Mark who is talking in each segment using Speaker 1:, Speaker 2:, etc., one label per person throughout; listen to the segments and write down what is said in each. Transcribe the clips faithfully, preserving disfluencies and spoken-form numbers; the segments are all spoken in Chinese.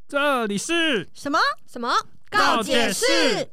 Speaker 1: 这里是
Speaker 2: 什么
Speaker 3: 什么
Speaker 1: 告解室。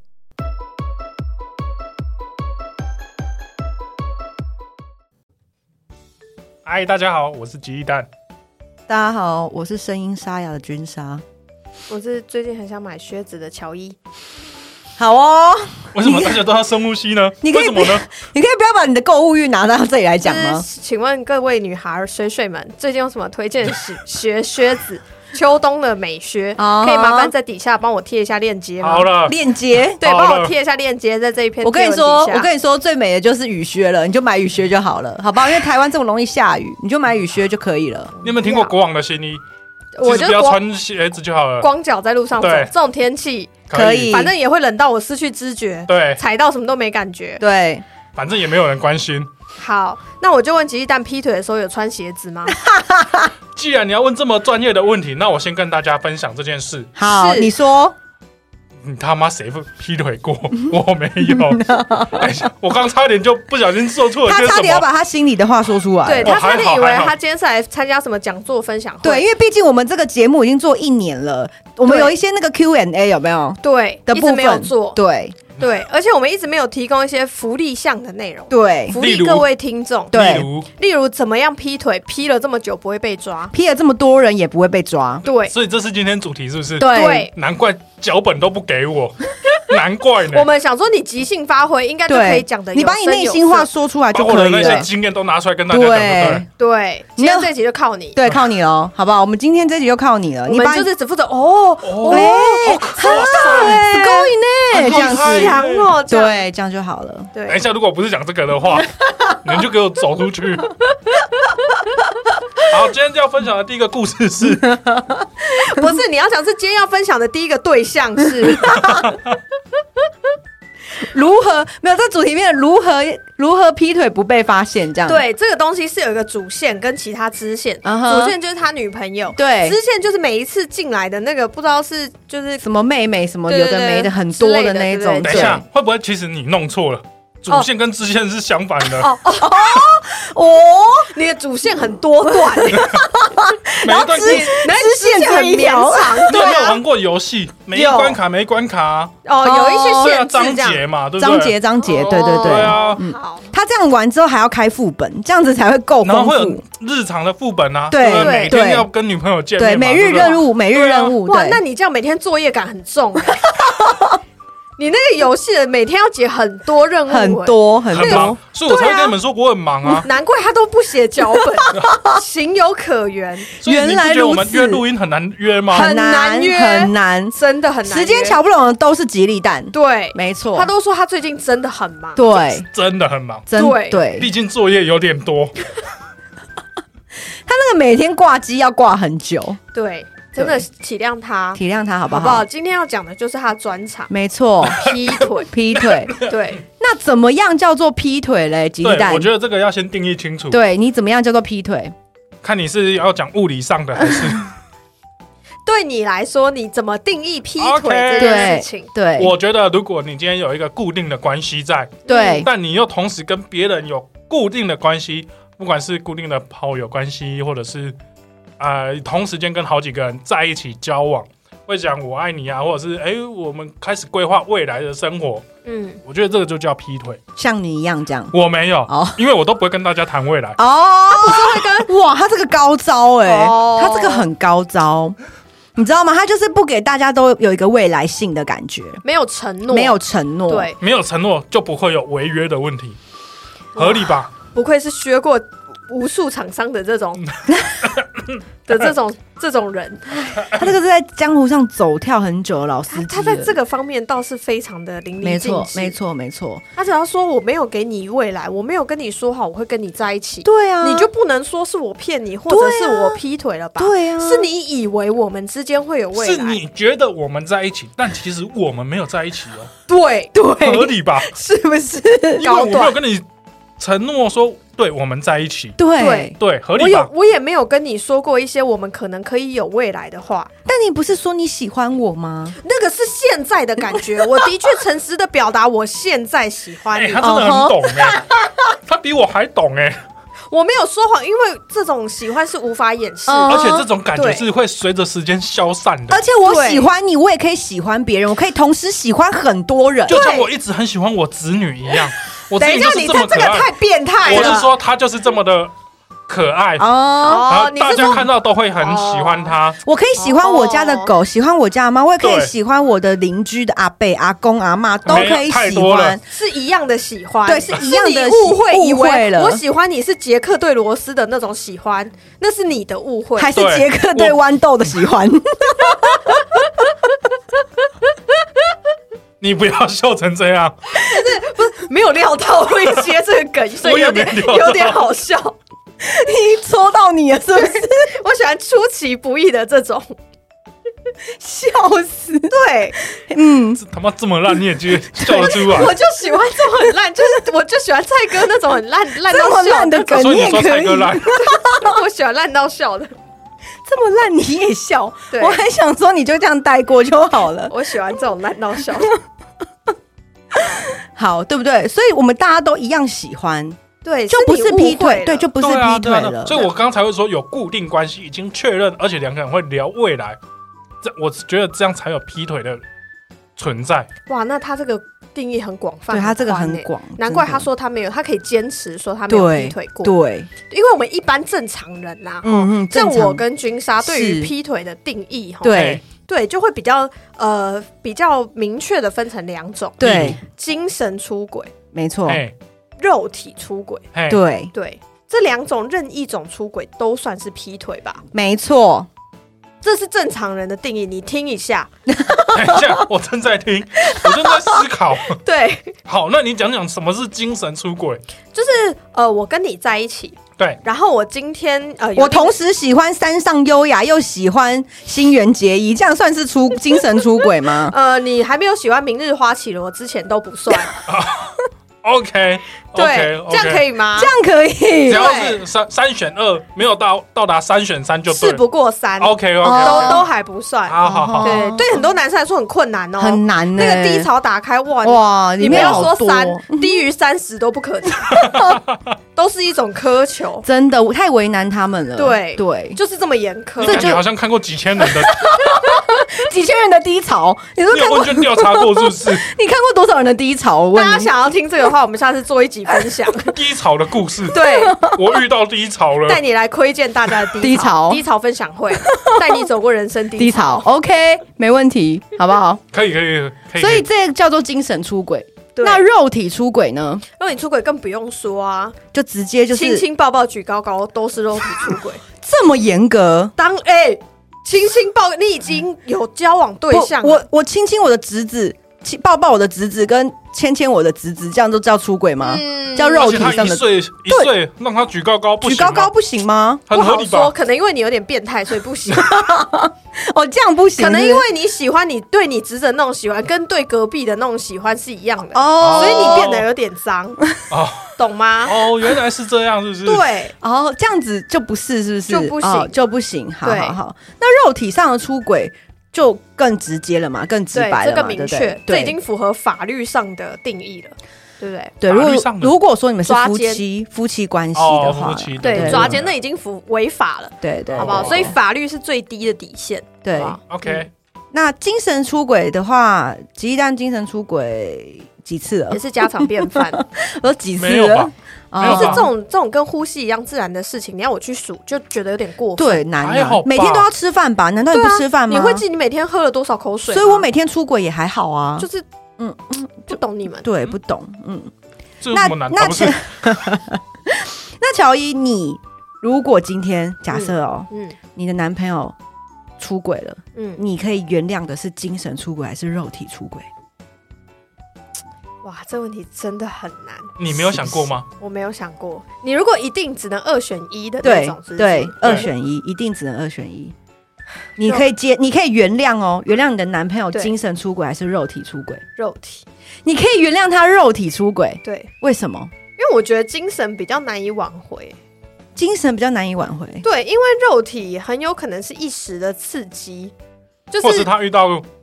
Speaker 1: 嗨，大家好，我是吉利蛋。
Speaker 2: 大家好，我是声音沙哑的君莎。
Speaker 3: 我是最近很想买靴子的乔伊。
Speaker 2: 好哦，
Speaker 1: 为什么大家都要深呼吸呢？
Speaker 2: 你可以
Speaker 1: 为什么呢？
Speaker 2: 你可以不要把你的购物欲拿到这里来讲吗？
Speaker 3: 请问各位女孩水水们，最近有什么推荐学靴子？秋冬的美靴， uh-huh. 可以麻烦在底下帮我贴一下链接吗？
Speaker 1: 好了，
Speaker 2: 链接
Speaker 3: 对，帮我贴一下链接在这一篇。
Speaker 2: 我跟你说，我跟你说，最美的就是雨靴了，你就买雨靴就好了，好不好？因为台湾这么容易下雨，你就买雨靴就可以了。
Speaker 1: 你有没有听过国王的新衣？
Speaker 3: 我就
Speaker 1: 不要穿鞋子就好了，
Speaker 3: 光脚在路上走，这种天气
Speaker 2: 可以，
Speaker 3: 反正也会冷到我失去知觉，
Speaker 1: 对，
Speaker 3: 踩到什么都没感觉，
Speaker 2: 对，
Speaker 1: 反正也没有人关心。
Speaker 3: 好，那我就问吉利蛋，劈腿的时候有穿鞋子吗？
Speaker 1: 既然你要问这么专业的问题，那我先跟大家分享这件事。
Speaker 2: 好，你说。
Speaker 1: 你他妈谁劈腿过？我没有。哎、我刚差点就不小心说错了些什么。
Speaker 2: 他差点要把他心里的话说出来。
Speaker 3: 对，他差点以为他今天是来参加什么讲座分享会。
Speaker 2: 对，因为毕竟我们这个节目已经做一年了，我们有一些那个 Q and A 有没有？
Speaker 3: 对的部分一直没有做。
Speaker 2: 对。
Speaker 3: 对，而且我们一直没有提供一些福利项的内容，
Speaker 2: 对，
Speaker 3: 福利各位听众，
Speaker 2: 对，
Speaker 1: 例如，
Speaker 3: 例如怎么样劈腿，劈了这么久不会被抓，
Speaker 2: 劈了这么多人也不会被抓，
Speaker 3: 对，
Speaker 1: 所以这是今天主题是不是？
Speaker 2: 对，
Speaker 1: 难怪脚本都不给我，难怪呢。
Speaker 3: 我们想说你即兴发挥，应该就可以讲的，
Speaker 2: 你把你内心话说出来就可以了，
Speaker 1: 把我的那些经验都拿出来跟大家讲，对对？
Speaker 3: 对，今天这集就靠你，
Speaker 2: 对，靠你了，好不好？我们今天这集就靠你了，
Speaker 3: 你们就是只负责哦
Speaker 2: 哦，很好哎，すごいね，这样
Speaker 3: 子强哦，
Speaker 2: 对，这样就好了。
Speaker 3: 对，
Speaker 1: 等一下，如果不是讲这个的话，你们就给我走出去。好，今天要分享的第一个故事是，
Speaker 3: 不是你要讲是今天要分享的第一个对象是
Speaker 2: 如何没有这主题面如何如何劈腿不被发现这样？
Speaker 3: 对，这个东西是有一个主线跟其他支线，
Speaker 2: uh-huh.
Speaker 3: 主线就是他女朋友，
Speaker 2: 对，
Speaker 3: 支线就是每一次进来的那个不知道是就是
Speaker 2: 什么妹妹什么有的没的很多的那种。
Speaker 1: 等一下，会不会其实你弄错了？主线跟支线是相反的。
Speaker 3: 哦哦哦！你的主线很多段，
Speaker 1: 然后支
Speaker 2: 支线
Speaker 3: 很绵长。
Speaker 1: 你有没有玩过游戏？没关卡没关卡
Speaker 3: 哦，有一些限制
Speaker 1: 章节嘛，对
Speaker 2: 不对？章节章节，对对对。
Speaker 1: 对啊，
Speaker 3: 好。
Speaker 2: 他这样玩之后还要开副本，这样子才会够丰富。
Speaker 1: 然后会有日常的副本啊，
Speaker 2: 对
Speaker 1: 对，每天要跟女朋友见面，
Speaker 2: 对，每日任务，每日任务。
Speaker 3: 哇，那你这样每天作业感很重。你那个游戏每天要解很多任务，
Speaker 2: 很多很
Speaker 1: 多，所以我才会跟你们说我很忙啊。
Speaker 3: 难怪他都不写脚本，情有可原。
Speaker 2: 原来如此。
Speaker 1: 你不觉得我们约录音很难约吗？
Speaker 3: 很难约，
Speaker 2: 很难，
Speaker 3: 真的很难。
Speaker 2: 时间瞧不拢的都是吉利蛋，
Speaker 3: 对，
Speaker 2: 没错。
Speaker 3: 他都说他最近真的很忙，
Speaker 2: 对，
Speaker 1: 真的很忙，
Speaker 2: 真对，
Speaker 1: 毕竟作业有点多。
Speaker 2: 他那个每天挂机要挂很久，
Speaker 3: 对。真的体谅他，
Speaker 2: 体谅他好不好？
Speaker 3: 好不好？今天要讲的就是他的专长，
Speaker 2: 没错，
Speaker 3: 劈腿，
Speaker 2: 劈腿。
Speaker 3: 对，
Speaker 2: 那怎么样叫做劈腿嘞？吉利蛋，
Speaker 1: 我觉得这个要先定义清楚。
Speaker 2: 对，你怎么样叫做劈腿？
Speaker 1: 看你是要讲物理上的还是？
Speaker 3: 对你来说，你怎么定义劈腿这件事情？
Speaker 2: 对，
Speaker 1: 我觉得如果你今天有一个固定的关系在，
Speaker 2: 对，
Speaker 1: 但你又同时跟别人有固定的关系，不管是固定的炮友关系，或者是。呃，同时间跟好几个人在一起交往，会讲我爱你啊，或者是哎、欸，我们开始规划未来的生活。嗯，我觉得这个就叫劈腿。
Speaker 2: 像你一样这样，
Speaker 1: 我没有哦，因为我都不会跟大家谈未来。
Speaker 2: 哦，他不是会跟哇，他这个高招哎、欸哦，他这个很高招，你知道吗？他就是不给大家都有一个未来性的感觉，
Speaker 3: 没有承诺，
Speaker 2: 没有承诺，
Speaker 3: 对，
Speaker 1: 没有承诺就不会有违约的问题，合理吧？
Speaker 3: 不愧是学过无数厂商的这种的这种这种人，
Speaker 2: 他这个是在江湖上走跳很久的老司机，
Speaker 3: 他在这个方面倒是非常的淋漓尽致，
Speaker 2: 没错没错。
Speaker 3: 他只要说我没有给你未来，我没有跟你说好我会跟你在一起，
Speaker 2: 对啊，
Speaker 3: 你就不能说是我骗你，或者是我劈腿了吧？
Speaker 2: 对啊，
Speaker 3: 是你以为我们之间会有未来，
Speaker 1: 是你觉得我们在一起，但其实我们没有在一起哦。
Speaker 3: 对对，
Speaker 1: 合理吧？
Speaker 2: 是不是？
Speaker 1: 因为我没有跟你承诺说对我们在一起，
Speaker 2: 对
Speaker 1: 对，合理吧？
Speaker 3: 我有，我也没有跟你说过一些我们可能可以有未来的话。
Speaker 2: 但你不是说你喜欢我吗？
Speaker 3: 那个是现在的感觉，我的确诚实的表达我现在喜欢你。
Speaker 1: 欸、他真的很懂哎、欸，他比我还懂哎、欸。
Speaker 3: 我没有说谎，因为这种喜欢是无法掩饰、
Speaker 2: 嗯，
Speaker 1: 而且这种感觉是会随着时间消散的。
Speaker 2: 而且我喜欢你，我也可以喜欢别人，我可以同时喜欢很多人，
Speaker 1: 就像我一直很喜欢我侄女一样。我侄女就是这么可爱，
Speaker 3: 等一下，你这个太变态了。
Speaker 1: 我是说，她就是这么的可爱哦，然后大家看到都会很喜欢她。
Speaker 2: 哦、我可以喜欢我家的狗，喜欢我家的猫，我也可以喜欢我的邻居的阿伯、阿公、阿嬷，都可以喜欢，
Speaker 3: 是一样的喜欢，
Speaker 2: 对，是一样的
Speaker 3: 误会，
Speaker 2: 误会了。
Speaker 3: 我喜欢你是杰克对罗斯的那种喜欢，那是你的误会，
Speaker 2: 还是杰克对豌豆的喜欢？
Speaker 1: 你不要笑成这样，
Speaker 3: 不是不是没有料到会接这个梗，所以有点有点好笑。
Speaker 2: 你戳到你了是不是？
Speaker 3: 我喜欢出其不意的这种，
Speaker 2: 笑死！
Speaker 3: 对，
Speaker 2: 嗯，
Speaker 1: 他妈这么烂你也觉得笑得出来？
Speaker 3: 我就喜欢这种很烂，就是我就喜欢蔡哥那种很烂烂到
Speaker 2: 笑的梗，
Speaker 1: 所以你说蔡哥烂，
Speaker 3: 我喜欢烂到笑的。
Speaker 2: 这么烂你也笑，我还想说你就这样带过就好了。
Speaker 3: 我喜欢这种烂到笑。
Speaker 2: 好，对不对？所以我们大家都一样喜欢，
Speaker 3: 对，
Speaker 2: 就不是劈腿，对，就不是劈腿了。
Speaker 1: 啊啊、所以我刚才会说有固定关系，已经确认，而且两个人会聊未来，这我觉得这样才有劈腿的存在。
Speaker 3: 哇，那他这个定义很广泛，
Speaker 2: 对他这个很广，
Speaker 3: 难怪他说他没有，他可以坚持说他没有劈腿过。
Speaker 2: 对，
Speaker 3: 因为我们一般正常人呐、啊，嗯嗯，像我跟君莎对于劈腿的定义，
Speaker 2: 对。
Speaker 3: 对，就会比较呃比较明确的分成两种，
Speaker 2: 对，
Speaker 3: 精神出轨，
Speaker 2: 没错，
Speaker 3: 肉体出轨，
Speaker 2: 对
Speaker 3: 对，这两种任意一种出轨都算是劈腿吧？
Speaker 2: 没错，
Speaker 3: 这是正常人的定义，你听一下。
Speaker 1: 等一下，我正在听，我正在思考。
Speaker 3: 对，
Speaker 1: 好，那你讲讲什么是精神出轨？
Speaker 3: 就是呃，我跟你在一起。
Speaker 1: 对，
Speaker 3: 然后我今天呃，
Speaker 2: 我同时喜欢山上优雅，又喜欢新垣结衣，这样算是出精神出轨吗？
Speaker 3: 呃，你还没有喜欢明日花绮罗之前都不算。
Speaker 1: OK，
Speaker 3: 对
Speaker 1: okay, okay
Speaker 3: 这样可以吗？
Speaker 2: 这样可以，
Speaker 1: 只要是三三选二，没有到到达三选三就对，
Speaker 3: 事不过三。
Speaker 1: OK OK，
Speaker 3: 都都还不算。
Speaker 1: 好好好，
Speaker 3: 对，对很多男生来说很困难哦，
Speaker 2: 很难呢。
Speaker 3: 那个低潮打开，哇
Speaker 2: 哇，
Speaker 3: 你不要说三，低于三十都不可能，都是一种苛求。
Speaker 2: 真的，我太为难他们了。
Speaker 3: 对
Speaker 2: 对，
Speaker 3: 就是这么严苛。
Speaker 1: 这就好像看过几千人的
Speaker 2: 几千人的低潮，你说
Speaker 1: 你有问卷调查过是不是？
Speaker 2: 你看过多少人的低潮？
Speaker 3: 大家想要听这个的话，我们下次做一集分享
Speaker 1: 低潮的故事。
Speaker 3: 对，
Speaker 1: 我遇到低潮了，
Speaker 3: 带你来窥见大家的低潮，低潮分享会，带你走过人生低潮。
Speaker 2: OK， 没问题，好不好？
Speaker 1: 可以可以可以。
Speaker 2: 所以这个叫做精神出轨。那肉体出轨呢？
Speaker 3: 肉体出轨更不用说啊，
Speaker 2: 就直接就是
Speaker 3: 亲亲抱抱举高高都是肉体出轨，
Speaker 2: 这么严格？
Speaker 3: 当哎。欸亲亲抱，你已经有交往对象了。
Speaker 2: 我我亲亲我的侄子，抱抱我的侄子，跟牵牵我的侄子，这样都叫出轨吗？嗯，叫肉体上的。
Speaker 1: 一岁一岁让他举高高，不行
Speaker 2: 举高高不行吗？
Speaker 1: 很合理吧？
Speaker 3: 不好说，可能因为你有点变态，所以不行。
Speaker 2: 哦，这样不行。
Speaker 3: 可能因为你喜欢你对你侄子那种喜欢，跟对隔壁的那种喜欢是一样的哦，所以你变得有点脏哦，懂吗？
Speaker 1: 哦，原来是这样，是不是？
Speaker 3: 对，
Speaker 2: 哦，这样子就不是，是不是？
Speaker 3: 就不行，
Speaker 2: 哦、就不行。好好好，那肉体上的出轨就更直接了嘛，更直白了嘛，
Speaker 3: 这个明确，
Speaker 2: 对对
Speaker 3: 这已经符合法律上的定义了。对不对？
Speaker 2: 对，如果如果说你们是夫妻夫妻关系的话，
Speaker 1: 哦、
Speaker 3: 对，抓奸那已经符违法了，
Speaker 2: 对对，
Speaker 3: 好不好？所以法律是最低的底线，
Speaker 2: 对。
Speaker 1: OK，、嗯、
Speaker 2: 那精神出轨的话，吉蛋精神出轨几次了？
Speaker 3: 也是家常便饭，
Speaker 2: 有几次了？
Speaker 1: 没有吧？
Speaker 3: 没有，是这种这种跟呼吸一样自然的事情，你要我去数，就觉得有点过分。
Speaker 2: 对，难啊！每天都要吃饭吧？难道你不吃饭吗？
Speaker 3: 你会记你每天喝了多少口水？
Speaker 2: 所以我每天出轨也还好啊，
Speaker 3: 就是嗯嗯，不懂你们，
Speaker 2: 对，不懂，嗯。
Speaker 1: 那那
Speaker 2: 那那乔伊，你如果今天假设哦，嗯，你的男朋友出轨了，嗯，你可以原谅的是精神出轨还是肉体出轨？
Speaker 3: 哇，这问题真的很难。
Speaker 1: 你没有想过吗？
Speaker 3: 我没有想过。你如果一定只能二选一的那种，
Speaker 2: 对对，二选一，一定只能二选一。你可以接，你可以原谅哦，原谅你的男朋友精神出轨还是肉体出轨？
Speaker 3: 肉体，
Speaker 2: 你可以原谅他肉体出轨，
Speaker 3: 对，
Speaker 2: 为什么？
Speaker 3: 因为我觉得精神比较难以挽回，
Speaker 2: 精神比较难以挽回。
Speaker 3: 对，因为肉体很有可能是一时的刺激，就是
Speaker 1: 或是他遇到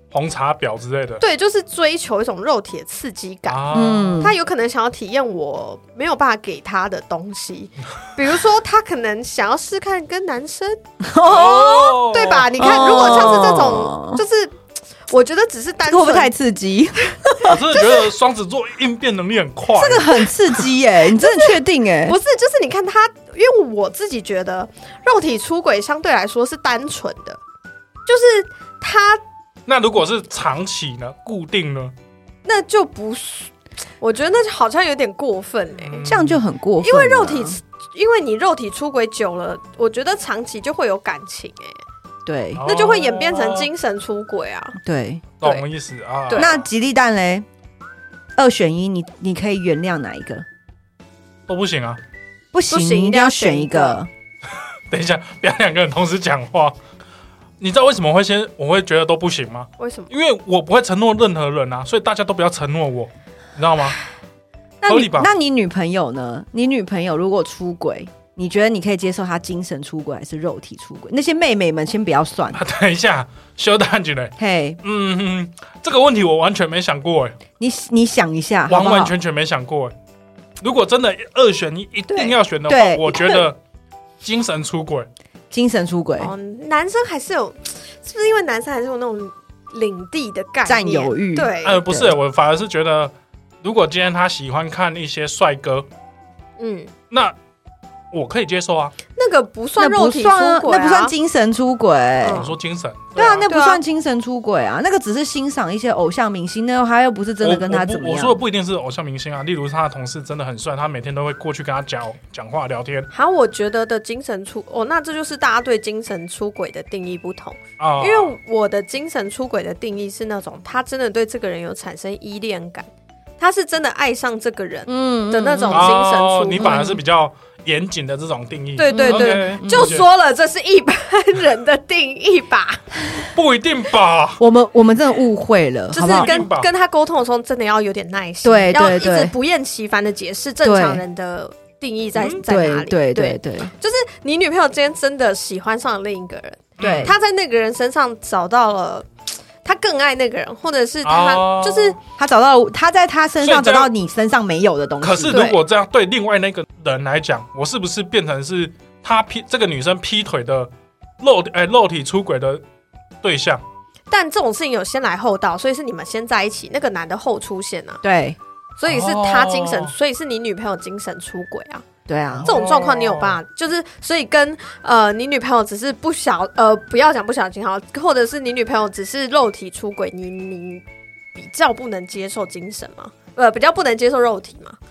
Speaker 1: 红茶婊之类的。
Speaker 3: 对，就是追求一种肉体的刺激感。
Speaker 1: 啊、
Speaker 2: 嗯
Speaker 3: 他有可能想要体验我没有办法给他的东西，比如说他可能想要试看跟男生，
Speaker 1: 哦
Speaker 3: 对吧？你看，如果像是这种，就是我觉得只是单纯，
Speaker 2: 会不会太刺激？
Speaker 1: 我真的觉得双子座应变能力很快，
Speaker 2: 这个很刺激耶、你真的确定耶、
Speaker 3: 不是，就是你看他，因为我自己觉得肉体出轨相对来说是单纯的，就是他
Speaker 1: 那如果是长期呢？固定呢？
Speaker 3: 那就不是，我觉得那就好像有点过分哎、欸
Speaker 1: 嗯
Speaker 2: 这样就很过分、啊。
Speaker 3: 因为肉体，因为你肉体出轨久了，我觉得长期就会有感情哎、欸，
Speaker 2: 对
Speaker 1: 哦
Speaker 3: 那就会演变成精神出轨啊。
Speaker 2: 对。
Speaker 1: 懂意思啊？
Speaker 3: 对
Speaker 2: 那吉利蛋嘞，二选一，你你可以原谅哪一个？
Speaker 1: 都不行啊！
Speaker 2: 不行，
Speaker 3: 不行
Speaker 2: 你一定要选一个。
Speaker 1: 等一下，不要两个人同时讲话。你知道为什么会先我会觉得都不行吗？
Speaker 3: 为什么？
Speaker 1: 因为我不会承诺任何人啊，所以大家都不要承诺我，你知道吗？
Speaker 2: 那你
Speaker 1: 合理吧
Speaker 2: 那你女朋友呢？你女朋友如果出轨，你觉得你可以接受她精神出轨还是肉体出轨？那些妹妹们先不要算。
Speaker 1: 啊、等一下，修蛋姐嘞，
Speaker 2: 嘿，
Speaker 1: 嗯哼，这个问题我完全没想过哎，
Speaker 2: 你你想一下，好
Speaker 1: 完
Speaker 2: 不好
Speaker 1: 完全全没想过哎。如果真的二选一一定要选的话
Speaker 2: 对，
Speaker 1: 我觉得精神出轨。
Speaker 2: 精神出轨、
Speaker 3: 哦，男生还是有，是不是因为男生还是有那种领地的概念、
Speaker 2: 占有欲
Speaker 3: 对，
Speaker 1: 呃，不是，我反而是觉得，如果今天他喜欢看一些帅哥，
Speaker 3: 嗯，
Speaker 1: 那我可以接受啊。
Speaker 3: 那个不算
Speaker 2: 那不
Speaker 3: 肉体出
Speaker 2: 算，
Speaker 3: 轨、啊，
Speaker 2: 那不算精神出轨。
Speaker 3: 嗯
Speaker 1: 我说精神，
Speaker 2: 对啊，那不
Speaker 3: 对啊
Speaker 2: 算精神出轨啊，那个只是欣赏一些偶像明星，那他又不是真的跟他
Speaker 1: 我我我
Speaker 2: 怎么样。
Speaker 1: 说的不一定是偶像明星啊，例如他的同事真的很帅，他每天都会过去跟他讲讲话聊天
Speaker 3: 好，我觉得的精神出哦，那这就是大家对精神出轨的定义不同。
Speaker 1: 啊。
Speaker 3: 因为我的精神出轨的定义是那种他真的对这个人有产生依恋感，他是真的爱上这个人
Speaker 2: 嗯
Speaker 3: 的那种精神出
Speaker 1: 哦，
Speaker 3: 轨。
Speaker 1: 你反而是比较严谨的这种定义。
Speaker 3: 对对对，
Speaker 1: 嗯，OK，
Speaker 3: 就说了这是一般人的定义吧，
Speaker 1: 不一定吧。
Speaker 2: 我们我们真的误会了，
Speaker 3: 就是
Speaker 2: 好不好？
Speaker 3: 跟跟他沟通的时候真的要有点耐心，
Speaker 2: 对对
Speaker 3: 要一直
Speaker 2: 对
Speaker 3: 不厌其烦的解释正常人的定义在
Speaker 1: 嗯
Speaker 3: 在哪里。
Speaker 2: 对对对对
Speaker 3: 就是你女朋友今天真的喜欢上了另一个人，
Speaker 2: 对，
Speaker 3: 她在那个人身上找到了。她更爱那个人，或者是她、
Speaker 1: 哦
Speaker 3: 就是
Speaker 2: 他找到他在他身
Speaker 1: 所以这样
Speaker 2: 上找到你身上没有的东西。
Speaker 1: 可是如果这样对另外那个人来讲，我是不是变成是他劈这个女生劈腿的肉哎肉体出轨的对象？
Speaker 3: 但这种事情有先来后到，所以是你们先在一起，那个男的后出现啊，
Speaker 2: 对
Speaker 3: 所以是他精神，
Speaker 1: 哦
Speaker 3: 所以是你女朋友精神出轨啊。
Speaker 2: 对啊，
Speaker 3: 这种状况你有办法，就是所以跟呃你女朋友只是不小呃不要讲不小心好，或者是你女朋友只是肉体出轨，你你比较不能接受精神吗？呃，比较不能接受肉体吗？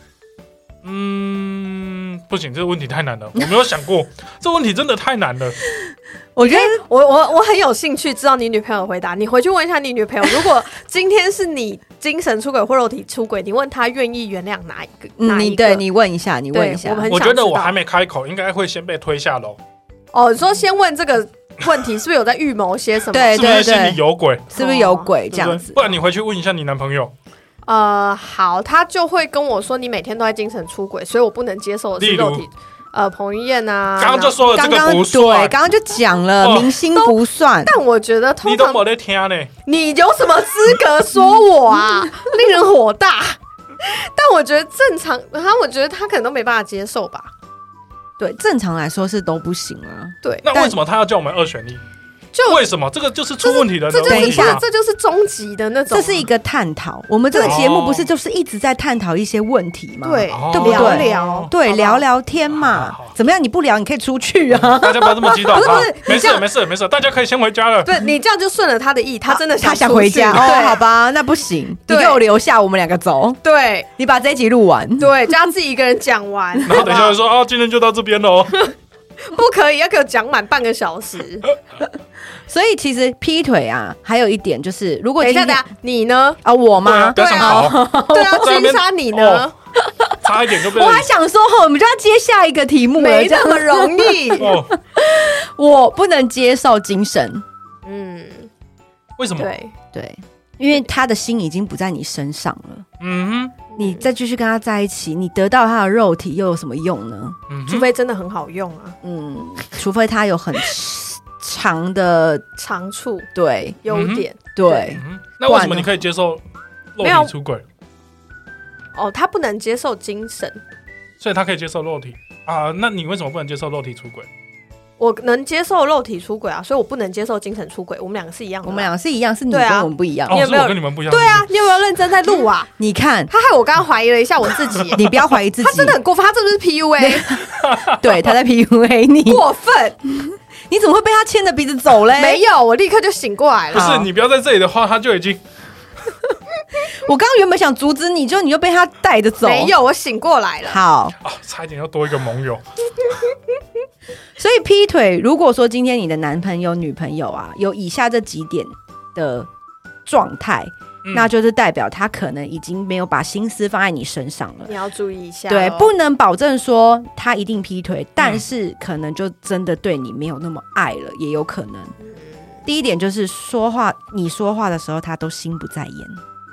Speaker 1: 嗯，不行，这个问题太难了，我没有想过，这问题真的太难了。
Speaker 2: 我觉得
Speaker 3: 我我我很有兴趣知道你女朋友的回答，你回去问一下你女朋友，如果今天是你精神出轨或肉体出轨，你问她愿意原谅哪一个？
Speaker 2: 嗯，
Speaker 3: 哪一个
Speaker 2: 你对你问一下，你问一下
Speaker 3: 对我们，很
Speaker 1: 我
Speaker 3: 想知道
Speaker 1: 觉得我还没开口，应该会先被推下楼，
Speaker 3: 哦，你说先问这个问题是不是有在预谋些什么？
Speaker 2: 对
Speaker 1: 是不是心里有鬼？
Speaker 2: 是不是有鬼
Speaker 1: 对不对
Speaker 2: 这样子？
Speaker 1: 不然你回去问一下你男朋友，
Speaker 3: 呃，好，他就会跟我说你每天都在精神出轨，所以我不能接受的是
Speaker 1: 例如
Speaker 3: 肉体。呃，彭于晏啊，
Speaker 1: 刚刚就说了这
Speaker 2: 刚刚
Speaker 1: 个不
Speaker 2: 对，
Speaker 1: 算，
Speaker 2: 刚刚就讲了，
Speaker 1: 哦
Speaker 2: 明星不算。
Speaker 3: 但我觉得通常
Speaker 1: 你都没在听呢。
Speaker 3: 你有什么资格说我啊？令人火大。但我觉得正常，然后我觉得他可能都没办法接受吧。
Speaker 2: 对，正常来说是都不行啊。
Speaker 3: 对，
Speaker 1: 那为什么他要叫我们二选一？
Speaker 3: 就
Speaker 1: 为什么这个就是出问题的
Speaker 3: 这就是
Speaker 2: 等一下
Speaker 3: 这就是终极的那种，
Speaker 2: 这是一个探讨。我们这个节目不是就是一直在探讨一些问题吗？
Speaker 3: 对
Speaker 1: 哦
Speaker 2: 对不对
Speaker 3: 聊聊
Speaker 2: 对，
Speaker 3: 好不好
Speaker 2: 聊聊天
Speaker 1: 好
Speaker 2: 嘛
Speaker 1: 好好。
Speaker 2: 怎么样？你不聊，你可以出去啊。
Speaker 1: 大家不要这么激动，
Speaker 3: 不是
Speaker 1: 好
Speaker 3: 不是
Speaker 1: 没
Speaker 3: 你这样
Speaker 1: 事没事没事，大家可以先回家了。
Speaker 3: 对你这样就顺了他的意，他真的
Speaker 2: 他
Speaker 3: 想
Speaker 2: 想回家
Speaker 3: 出去
Speaker 2: 哦，好吧，那不行，你
Speaker 3: 对
Speaker 2: 给我留下，我们两个走。
Speaker 3: 对
Speaker 2: 你把这一集录完。
Speaker 3: 对，叫他自己一个人讲完，
Speaker 1: 然后等一下就说哦，今天就到这边喽。
Speaker 3: 不可以，要给我讲满半个小时。
Speaker 2: 所以其实劈腿啊，还有一点就是，如果
Speaker 3: 等一下，
Speaker 2: 今天
Speaker 3: 等一下，你呢？
Speaker 2: 啊，我
Speaker 1: 对啊，
Speaker 2: 吗？
Speaker 1: 不要想逃，
Speaker 3: 对啊，
Speaker 1: 在那边
Speaker 3: 金莎，你呢
Speaker 1: 哦？差一点就被
Speaker 2: 我还想说，吼，我们就要接下一个题目了，这样
Speaker 3: 没那么容易。
Speaker 1: 哦，
Speaker 2: 我不能接受精神，
Speaker 3: 嗯，
Speaker 1: 为什么？
Speaker 3: 对，
Speaker 2: 对，因为他的心已经不在你身上了。
Speaker 1: 嗯哼，
Speaker 2: 你再继续跟他在一起，你得到他的肉体又有什么用呢？
Speaker 1: 嗯哼，
Speaker 3: 除非真的很好用啊。
Speaker 2: 嗯，除非他有很长的
Speaker 3: 长处，
Speaker 2: 对
Speaker 3: 优点，
Speaker 2: 嗯、对、
Speaker 1: 嗯。那为什么你可以接受肉体出轨？
Speaker 3: 哦，他不能接受精神，
Speaker 1: 所以他可以接受肉体啊？那你为什么不能接受肉体出轨？
Speaker 3: 我能接受肉体出轨啊，所以我不能接受精神出轨。我们两个是一样的、啊，
Speaker 2: 我们两个是一样，是你跟我们不一样。
Speaker 1: 啊、
Speaker 3: 你有没有、
Speaker 1: 哦、我跟你们不一样？
Speaker 3: 对啊，你有没有认真在录啊？
Speaker 2: 你看，
Speaker 3: 他害我刚刚怀疑了一下我自己。
Speaker 2: 你不要怀疑自己，
Speaker 3: 他真的很过分，他是不是 P U A？
Speaker 2: 对，他在 P U A 你，
Speaker 3: 过分！
Speaker 2: 你怎么会被他牵着鼻子走嘞？
Speaker 3: 没有，我立刻就醒过来了。
Speaker 1: 不是，你不要在这里的话，他就已经。
Speaker 2: 我刚刚原本想阻止你，就你就被他带着走。
Speaker 3: 没有，我醒过来了。
Speaker 2: 好，
Speaker 1: 啊，差一点要多一个盟友。
Speaker 2: 所以劈腿，如果说今天你的男朋友、女朋友啊，有以下这几点的状态、嗯，那就是代表他可能已经没有把心思放在你身上了。
Speaker 3: 你要注意一下、哦。
Speaker 2: 对，不能保证说他一定劈腿，但是可能就真的对你没有那么爱了，也有可能。嗯、第一点就是说话，你说话的时候他都心不在焉，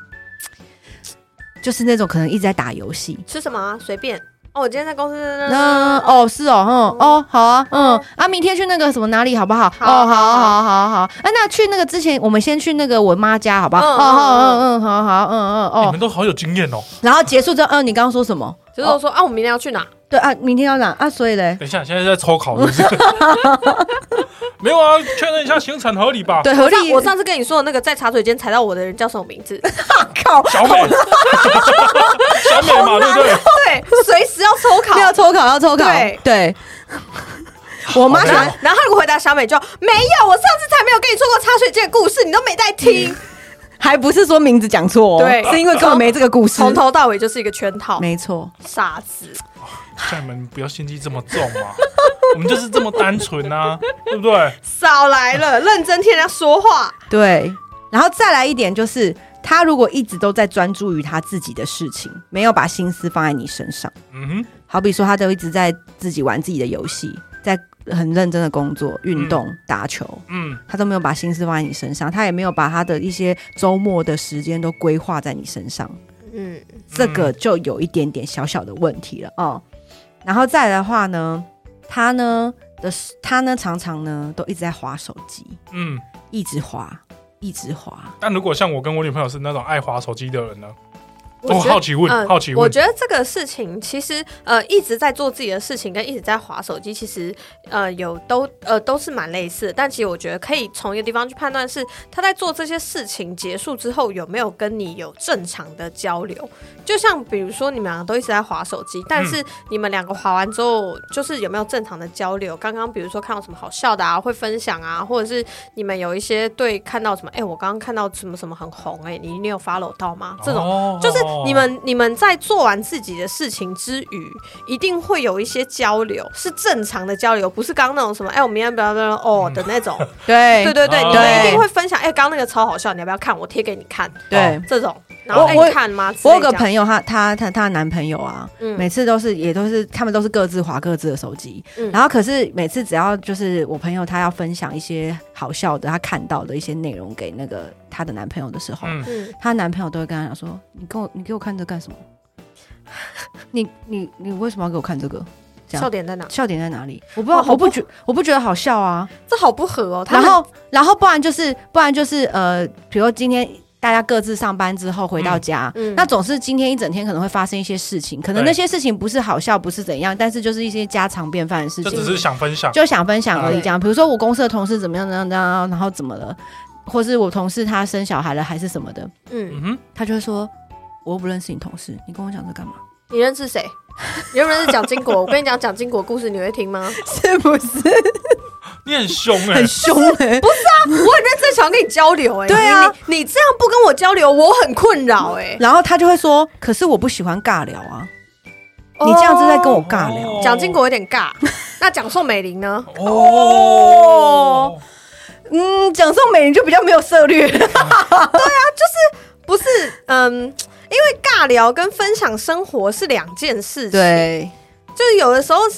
Speaker 2: 就是那种可能一直在打游戏。
Speaker 3: 吃什么啊？随便。哦，我今天在公司。
Speaker 2: 那、嗯、哦是哦，嗯哦好啊，嗯啊，明天去那个什么哪里好不好？
Speaker 3: 好
Speaker 2: 哦好好好好，哎、啊、那去那个之前我们先去那个我妈家好不好？
Speaker 3: 嗯、
Speaker 2: 哦嗯嗯嗯好好嗯嗯哦，
Speaker 1: 你们都好有经验哦。
Speaker 2: 然后结束之后，嗯，你刚刚说什么？
Speaker 3: 就是说、哦、啊，我们明天要去哪？
Speaker 2: 对啊，明天要哪啊？所以嘞，
Speaker 1: 等一下，现在在抽考是不是？没有啊，确认一下行程合理吧？
Speaker 2: 对，合理。
Speaker 3: 我上次跟你说的那个在茶水间踩到我的人叫什么名字？
Speaker 2: 靠，
Speaker 1: 小美，小美嘛，对不对？
Speaker 3: 对，随时要抽考，
Speaker 2: 要抽考，要抽考。对对。我妈喜欢，
Speaker 3: 然后他如果回答小美就没有，我上次才没有跟你说过茶水间的故事，你都没在听。
Speaker 2: 还不是说名字讲错、哦，
Speaker 3: 对，
Speaker 2: 是因为根本没这个故事，
Speaker 3: 从头到尾就是一个圈套，
Speaker 2: 没错，
Speaker 3: 傻子。
Speaker 1: 叫你们不要心机这么重嘛，我们就是这么单纯啊，对不对？
Speaker 3: 少来了，认真听人家说话。
Speaker 2: 对，然后再来一点就是，他如果一直都在专注于他自己的事情，没有把心思放在你身上，嗯哼，好比说他都一直在自己玩自己的游戏，在很认真的工作、运动、嗯、打球，嗯，他都没有把心思放在你身上，他也没有把他的一些周末的时间都规划在你身上，嗯，这个就有一点点小小的问题了哦。然后再来的话呢，他呢的他呢常常呢都一直在滑手机，嗯，一直滑，一直滑。
Speaker 1: 但如果像我跟我女朋友是那种爱滑手机的人呢？我好奇问、呃，好奇问。
Speaker 3: 我觉得这个事情其实呃一直在做自己的事情，跟一直在滑手机，其实呃有都呃都是蛮类似的。但其实我觉得可以从一个地方去判断，是他在做这些事情结束之后有没有跟你有正常的交流。就像比如说你们两个都一直在滑手机，但是你们两个滑完之后，就是有没有正常的交流？刚刚比如说看到什么好笑的啊，会分享啊，或者是你们有一些对看到什么，哎、欸，我刚刚看到什么什么很红、欸，哎，你你有 follow 到吗？这种、哦、就是。你们你们在做完自己的事情之余，一定会有一些交流，是正常的交流，不是刚刚那种什么哎、欸，我明天不要不要哦的那种。
Speaker 2: 对
Speaker 3: 对对对，
Speaker 2: 哦、
Speaker 3: 你们一定会分享。哎、欸，刚刚那个超好笑，你要不要看？我贴给你看。
Speaker 2: 对，
Speaker 3: 哦、这种。然后哎、欸，看吗？
Speaker 2: 我有个朋友，她她她她男朋友啊、嗯，每次都是也都是他们都是各自滑各自的手机、嗯，然后可是每次只要就是我朋友她要分享一些好笑的，她看到的一些内容给那个她的男朋友的时候，嗯，她男朋友都会跟她讲说：“你跟我你给我看这干什么？你你你为什么要给我看这个？
Speaker 3: 笑点在哪？
Speaker 2: 笑点在哪里？我不知道，我不觉我不觉得好笑啊，
Speaker 3: 这好不合哦。
Speaker 2: 然后然后不然就是不然就是呃，比如今天。”大家各自上班之后回到家、嗯嗯，那总是今天一整天可能会发生一些事情，可能那些事情不是好笑，不是怎样，但是就是一些家常便饭的事情，
Speaker 1: 就只是想分享，
Speaker 2: 就想分享而已。这样，比如说我公司的同事怎么样怎么样，然后怎么了，或是我同事他生小孩了还是什么的，嗯哼，他就会说我又不认识你同事，你跟我讲这干嘛？
Speaker 3: 你认识谁？你认不认识蒋经国？我跟你讲蒋经国故事，你会听吗？
Speaker 2: 是不是？
Speaker 1: 你很凶哎、欸，
Speaker 2: 很凶哎、欸！
Speaker 3: 不是啊，我很认真想要跟你交流哎、欸。
Speaker 2: 对啊
Speaker 3: 你，你这样不跟我交流，我很困扰哎、欸。
Speaker 2: 然后他就会说：“可是我不喜欢尬聊啊，哦、你这样子在跟我尬聊。”
Speaker 3: 蒋经国有点尬，那蒋宋美龄呢？
Speaker 2: 哦，嗯，蒋宋美龄就比较没有策略。对
Speaker 3: 啊，就是不是嗯，因为尬聊跟分享生活是两件事情。
Speaker 2: 对，
Speaker 3: 就是有的时候是。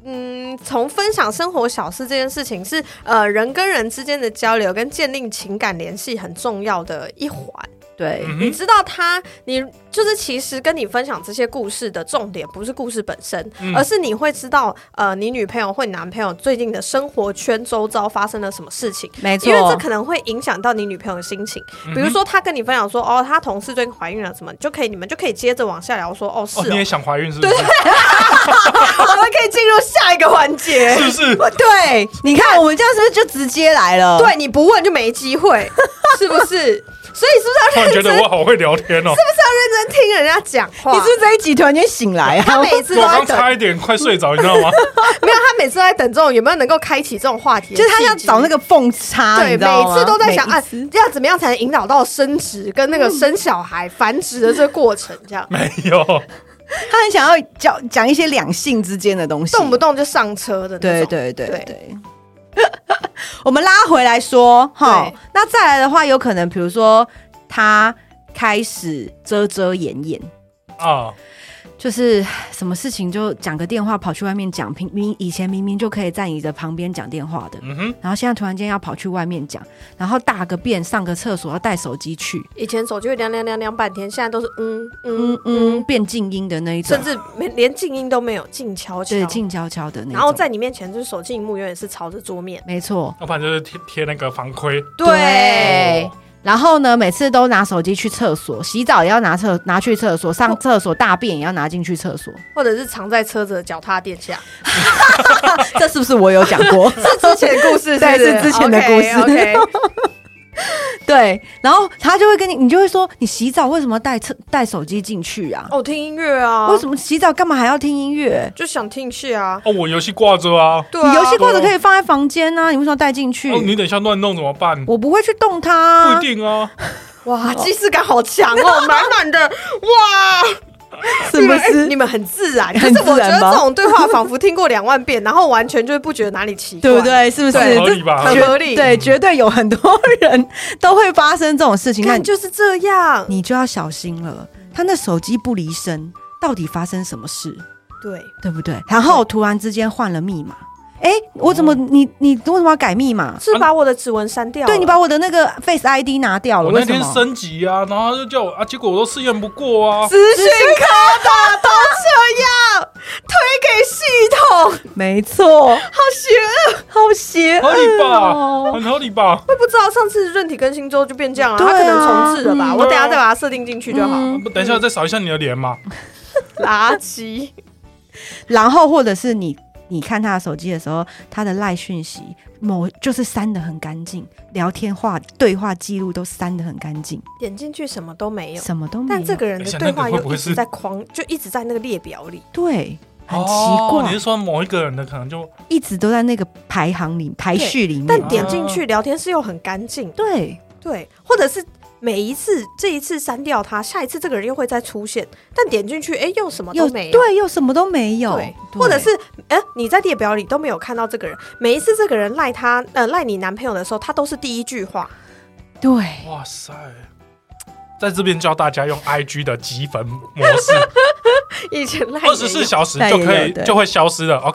Speaker 3: 嗯，从分享生活小事这件事情是呃人跟人之间的交流跟建立情感联系很重要的一环。
Speaker 2: 对、
Speaker 3: 嗯，你知道他，你就是其实跟你分享这些故事的重点不是故事本身，嗯、而是你会知道，呃，你女朋友或你男朋友最近的生活圈周遭发生了什么事情，
Speaker 2: 没错，
Speaker 3: 因为这可能会影响到你女朋友的心情。嗯、比如说，他跟你分享说，哦，他同事最近怀孕了，什么，就可以，你们就可以接着往下聊说，哦，是哦，哦
Speaker 1: 你也想怀孕是不是？
Speaker 3: 对，我们可以进入下一个环节，
Speaker 1: 是不是？
Speaker 2: 对，你看我们这样是不是就直接来了？
Speaker 3: 对，你不问就没机会，是不是？所以是不是要认真？
Speaker 1: 突然觉得我好会聊天哦！
Speaker 3: 是不是要认真听人家讲话？
Speaker 2: 你是不是这一集突然间醒来啊？
Speaker 3: 他每次都在等，
Speaker 1: 我刚差一点快睡着，你知道吗？
Speaker 3: 没有，他每次都在等这种有没有能够开启这种话题，
Speaker 2: 就是他要找那个缝插，
Speaker 3: 对，每次都在想啊，要怎么样才能引导到生殖跟那个生小孩、嗯、繁殖的这个过程，这样
Speaker 1: 没有。
Speaker 2: 他很想要讲讲一些两性之间的东西，
Speaker 3: 动不动就上车的那种。
Speaker 2: 对对对 对, 对。我们拉回来说哈，那再来的话，有可能比如说。他开始遮遮掩掩啊，就是什么事情就讲个电话跑去外面讲，明明以前明明就可以在你的旁边讲电话的，嗯哼，然后现在突然间要跑去外面讲，然后大个便上个厕所要带手机去，
Speaker 3: 以前手机会亮亮亮亮半天，现在都是嗯嗯
Speaker 2: 嗯嗯变静音的那一种，
Speaker 3: 甚至连静音都没有，静悄悄，
Speaker 2: 对，静悄悄的那种，
Speaker 3: 然后在你面前就是手机屏幕永远是朝着桌面，
Speaker 2: 没错，
Speaker 1: 要不然就是贴贴那个防窥，
Speaker 2: 对。然后呢，每次都拿手机去厕所，洗澡也要拿厕拿去厕所，上厕所大便也要拿进去厕所，
Speaker 3: 或者是藏在车子的脚踏垫下。
Speaker 2: 这是不是我有讲过？
Speaker 3: 是之前的故事，
Speaker 2: 对，是之前的故事。
Speaker 3: Okay, okay
Speaker 2: 对，然后他就会跟你，你就会说，你洗澡为什么带带手机进去啊？
Speaker 3: 哦，听音乐啊。
Speaker 2: 为什么洗澡干嘛还要听音乐？
Speaker 3: 就想听下啊。
Speaker 1: 哦，我游戏挂着啊。
Speaker 2: 对啊，你游戏挂着可以放在房间啊，你为什么要带进去？
Speaker 1: 哦，你等一下乱弄怎么办？
Speaker 2: 我不会去动它。
Speaker 1: 不一定啊。
Speaker 3: 哇，既视感好强哦，满满的哇。
Speaker 2: 是不是、欸、
Speaker 3: 你们很自然？可是我觉得这种对话仿佛听过两万遍，然后完全就不觉得哪里奇怪，
Speaker 2: 对不对？是不是
Speaker 1: 很合理吧？
Speaker 3: 很合理，
Speaker 2: 对，绝对有很多人都会发生这种事情。
Speaker 3: 看就是这样，
Speaker 2: 你就要小心了。他那手机不离身，到底发生什么事？
Speaker 3: 对，
Speaker 2: 对不对？然后突然之间换了密码。哎，我怎么、哦、你你为什么要改密码？
Speaker 3: 是把我的指纹删掉了？
Speaker 2: 对，你把我的那个 Face I D 拿掉了。
Speaker 1: 我那天升级啊，然后他就叫我啊，结果我都试验不过啊。
Speaker 3: 资讯科的都这样，推给系统。
Speaker 2: 没错，
Speaker 3: 好邪恶，
Speaker 2: 好邪恶，
Speaker 1: 合理吧？很合理吧？
Speaker 3: 我也不知道，上次韧体更新之后就变这样了，他可能重置了吧？嗯、我等一下再把它设定进去就好。嗯、
Speaker 1: 等一下再扫一下你的脸嘛。
Speaker 3: 垃圾。
Speaker 2: 然后或者是你。你看他的手机的时候，他的赖讯息某就是删得很干净，聊天话对话记录都删得很干净，
Speaker 3: 点进去什么都没有，
Speaker 2: 什么都没有。
Speaker 3: 但这个人的对话又一直在框，就一直在那个列表里。
Speaker 2: 对，很奇怪。
Speaker 1: 哦、你是说某一个人的可能就
Speaker 2: 一直都在那个排行里排序里面，
Speaker 3: 但点进去聊天室又很干净。
Speaker 2: 对
Speaker 3: 对，或者是。每一次这一次删掉他，下一次这个人又会再出现，但点进去，哎，又什么都没有，
Speaker 2: 对，又什么都没有，
Speaker 3: 对，或者是，哎，你在列表里都没有看到这个人，每一次这个人赖他，呃，赖你男朋友的时候，他都是第一句话，
Speaker 2: 对，
Speaker 1: 哇塞，在这边教大家用 I G 的积分模式，
Speaker 3: 以前赖
Speaker 1: 二十四小时就可以就会消失了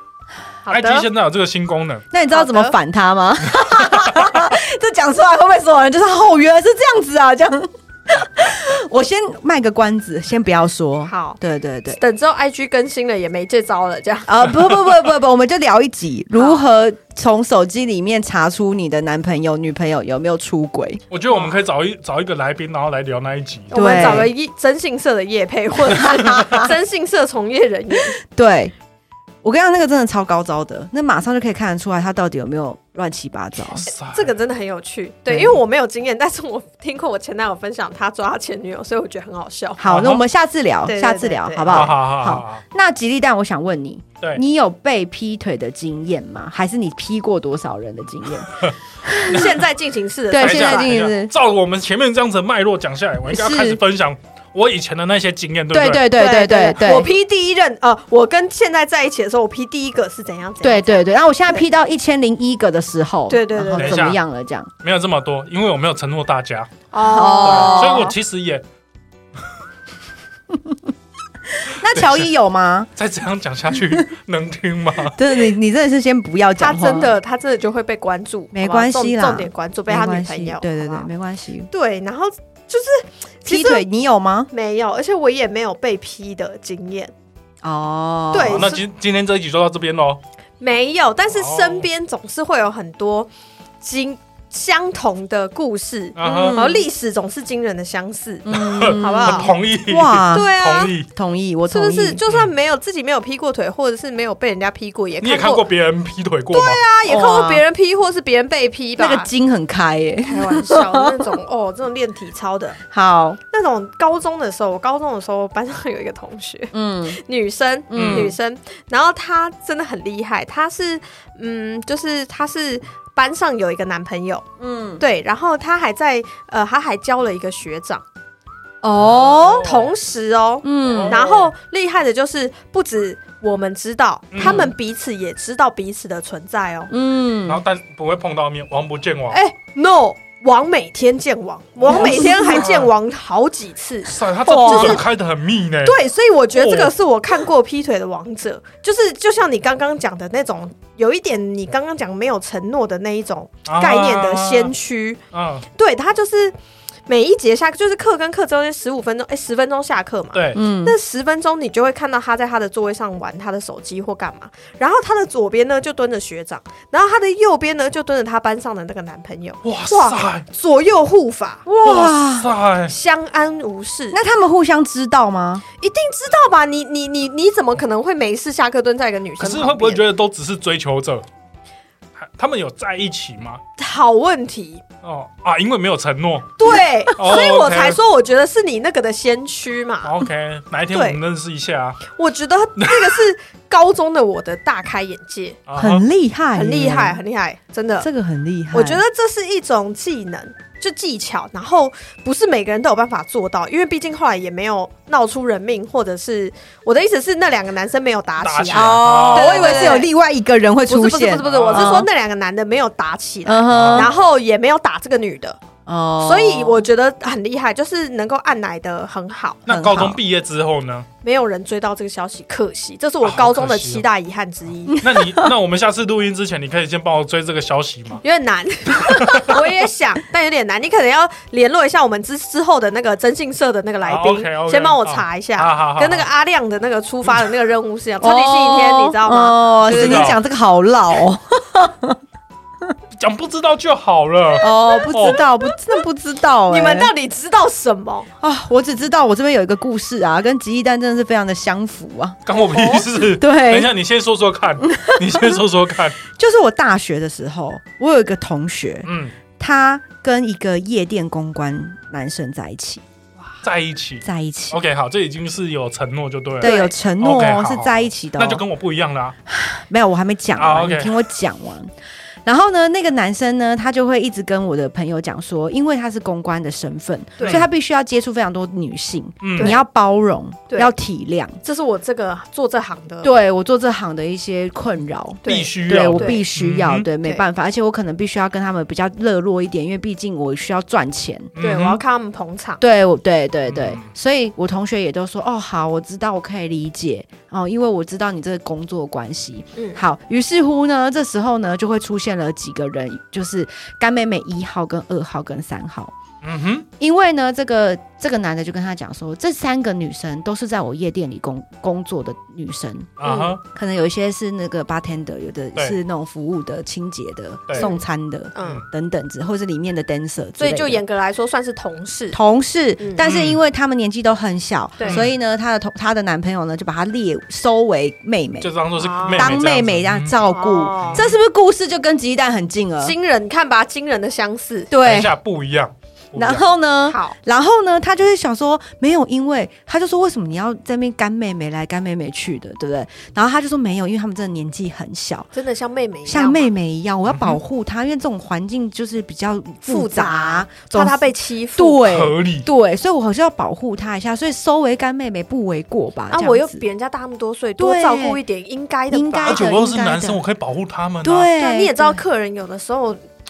Speaker 1: ，OK。I G 现在有这个新功能，
Speaker 2: 那你知道怎么反它吗？这讲出来会不会所有人就是哦，原来是这样子啊？这样，我先卖个关子，先不要说。
Speaker 3: 好，
Speaker 2: 对对对，
Speaker 3: 等之后 I G 更新了也没这招了，这样
Speaker 2: 啊、呃？不不不不不，我们就聊一集如何从手机里面查出你的男朋友、女朋友有没有出轨。
Speaker 1: 我觉得我们可以找一找一个来宾，然后来聊那一集。
Speaker 3: 我们找个征信社的业配，或者是征信社从业人员。
Speaker 2: 对。我跟你讲，那个真的超高招的，那马上就可以看得出来他到底有没有乱七八糟。
Speaker 3: 这个真的很有趣，对，因为我没有经验，但是我听过我前男友分享他抓他前女友，所以我觉得很好笑。
Speaker 2: 好，那我们下次聊，下次聊，好不好？
Speaker 1: 好好好。
Speaker 2: 那吉利蛋，我想问你，你有被劈腿的经验吗？还是你劈过多少人的经验？
Speaker 3: 现在进行式的，
Speaker 2: 对，现在进行式。
Speaker 1: 照我们前面这样子的脉络讲下来，我应该要开始分享。我以前的那些经验，对不
Speaker 2: 对？对对对对对，
Speaker 3: 我批第一任，呃，我跟现在在一起的时候，我批第一个是怎样？
Speaker 2: 对对对，然后我现在批到一千零一个的时候，
Speaker 3: 对对对，
Speaker 2: 怎么样了？这样
Speaker 1: 没有这么多，因为我没有承诺大家
Speaker 3: 哦，
Speaker 1: 所以我其实也
Speaker 2: 那乔伊有吗？
Speaker 1: 再这样讲下去能听吗？
Speaker 2: 对，你你真的是先不要讲话，
Speaker 3: 他真的他真的就会被关注，
Speaker 2: 没关系啦，
Speaker 3: 重点关注被他女朋友，
Speaker 2: 对对对，没关系。
Speaker 3: 对，然后就是
Speaker 2: 劈腿，你有吗？
Speaker 3: 没有，而且我也没有被劈的经验。
Speaker 2: 哦，
Speaker 3: 对，
Speaker 1: 那今今天这一集就到这边咯。
Speaker 3: 没有，但是身边总是会有很多经。相同的故事，然后历史总是惊人的相似，嗯、好不好？
Speaker 1: 同意
Speaker 2: 哇，
Speaker 3: 对啊，
Speaker 1: 同意，
Speaker 2: 同意，我同意。
Speaker 3: 是不是？就算没有自己没有劈过腿，或者是没有被人家劈过，也
Speaker 1: 你也看过别人劈腿过吗？
Speaker 3: 对啊，也看过别人劈，或是别人被劈吧。
Speaker 2: 那个筋很开耶，
Speaker 3: 开玩笑那种哦，这种练体操的。
Speaker 2: 好，
Speaker 3: 那种高中的时候，我高中的时候班上有一个同学，嗯，女生，嗯，女生，然后她真的很厉害，她是，嗯，就是她是。班上有一个男朋友，嗯，对，然后他还在，呃，他还交了一个学长，哦，同时哦，嗯，然后厉害的就是不止我们知道，嗯、他们彼此也知道彼此的存在哦，嗯，
Speaker 1: 然后但不会碰到面，王不见王，
Speaker 3: 哎 ，no。王每天见王，王每天还见王好几次。
Speaker 1: 塞，他这部梗开得很密呢。
Speaker 3: 对，所以我觉得这个是我看过劈腿的王者，就是就像你刚刚讲的那种，有一点你刚刚讲没有承诺的那一种概念的先驱。嗯，对，他就是每一节下课就是课跟课中间十五分钟，哎，十分钟下课嘛。
Speaker 1: 对，
Speaker 3: 嗯，那十分钟你就会看到他在他的座位上玩他的手机或干嘛，然后他的左边呢就蹲着学长，然后他的右边呢就蹲着他班上的那个男朋友。
Speaker 1: 哇塞，
Speaker 3: 左右护法，
Speaker 1: 哇塞，
Speaker 3: 相安无事。
Speaker 2: 那他们互相知道吗？
Speaker 3: 一定知道吧？你你你你怎么可能会没事下课蹲在一个女生旁边？
Speaker 1: 可是会不会觉得都只是追求者？他们有在一起吗？
Speaker 3: 好问题
Speaker 1: 哦啊，因为没有承诺，
Speaker 3: 对，所以我才说，我觉得是你那个的先驱嘛。
Speaker 1: OK， 哪一天我们认识一下啊？
Speaker 3: 我觉得那个是高中的我的大开眼界，
Speaker 2: 很厉害，
Speaker 3: 很厉害，很厉害，真的，
Speaker 2: 这个很厉害。
Speaker 3: 我觉得这是一种技能。就技巧，然后不是每个人都有办法做到，因为毕竟后来也没有闹出人命，或者是我的意思是那两个男生没有打起来。
Speaker 2: 哦，我以为是有另外一个人会出现，
Speaker 3: 不是不是不是，我是说那两个男的没有打起来，然后也没有打这个女的。哦，所以我觉得很厉害，就是能够按奶的很好。
Speaker 1: 那高中毕业之后呢？
Speaker 3: 没有人追到这个消息，可惜，这是我高中的七大遗憾之一。
Speaker 1: 啊哦、那你那我们下次录音之前，你可以先帮我追这个消息吗？
Speaker 3: 有点难，我也想，但有点难。你可能要联络一下我们之之后的那个征信社的那个来宾，
Speaker 1: okay, okay,
Speaker 3: 先帮我查一下，
Speaker 1: 啊、
Speaker 3: 跟那个阿亮的那个出发的那个任务是一样。超级星期天，你知道吗？
Speaker 2: 哦，是你讲这个好老哦。
Speaker 1: 讲不知道就好了
Speaker 2: 哦，不知道，不真的不知道、欸。
Speaker 3: 你们到底知道什么
Speaker 2: 啊？我只知道我这边有一个故事啊，跟吉利蛋真的是非常的相符啊。
Speaker 1: 关我屁事、哦！
Speaker 2: 对，
Speaker 1: 等一下，你先说说看，你先说说看。
Speaker 2: 就是我大学的时候，我有一个同学，嗯，他跟一个夜店公关男生在一起。
Speaker 1: 在一起，
Speaker 2: 在一起。
Speaker 1: OK， 好，这已经是有承诺就对了。
Speaker 2: 对，有承诺、
Speaker 1: okay,
Speaker 2: 是在一起的、哦。
Speaker 1: 那就跟我不一样啦、啊。
Speaker 2: 没有，我还没讲完、
Speaker 1: oh, okay.
Speaker 2: 你听我讲完。然后呢，那个男生呢，他就会一直跟我的朋友讲说，因为他是公关的身份，所以他必须要接触非常多女性，嗯、你要包容，要体谅，
Speaker 3: 这是我这个做这行的，
Speaker 2: 对我做这行的一些困扰，
Speaker 1: 必须
Speaker 2: 对我必须要， 对, 对，没办法，
Speaker 3: 对
Speaker 2: 而且我可能必须要跟他们比较热络一点，因为毕竟我需要赚钱，
Speaker 3: 对、嗯、我要看他们捧场，
Speaker 2: 对，对对对、嗯，所以我同学也都说，哦，好，我知道，我可以理解，哦，因为我知道你这个工作关系，嗯，好，于是乎呢，这时候呢，就会出现了几个人。就是干妹妹一号跟二号跟三号，嗯哼，因为呢，这个这个男的就跟他讲说，这三个女生都是在我夜店里工工作的女生，嗯，可能有一些是那个 bartender， 有的是那种服务的、清洁的、送餐的，嗯，等等之，或者是里面的 dancer，
Speaker 3: 所以就严格来说算是同事，
Speaker 2: 同事，嗯、但是因为他们年纪都很小，嗯、所以呢，她的同她的男朋友呢就把她列收为妹妹，
Speaker 1: 就当做是妹妹
Speaker 2: 当妹妹这样照顾，嗯、这是不是故事就跟鸡蛋很近了？
Speaker 3: 惊人，看吧，惊人的相似，
Speaker 2: 对，
Speaker 1: 等一下不一样。
Speaker 2: 然后呢？
Speaker 3: 好，
Speaker 2: 然后呢？他就是想说，没有，因为他就说，为什么你要在那边干妹妹来干妹妹去的，对不对？然后他就说没有，因为他们真的年纪很小，
Speaker 3: 真的像妹妹一样，
Speaker 2: 像妹妹一样，我要保护她，嗯、因为这种环境就是比较复杂，
Speaker 3: 怕她被欺负，
Speaker 2: 对，
Speaker 1: 合理，
Speaker 2: 对，所以我好像要保护她一下，所以收为干妹妹不为过吧？
Speaker 3: 啊，我又比人家大那么多岁，多照顾一点，应该的吧，
Speaker 2: 应该的，
Speaker 1: 而且我又是男生，我可以保护他们、啊，
Speaker 2: 对，
Speaker 3: 你也知道，客人有的时候。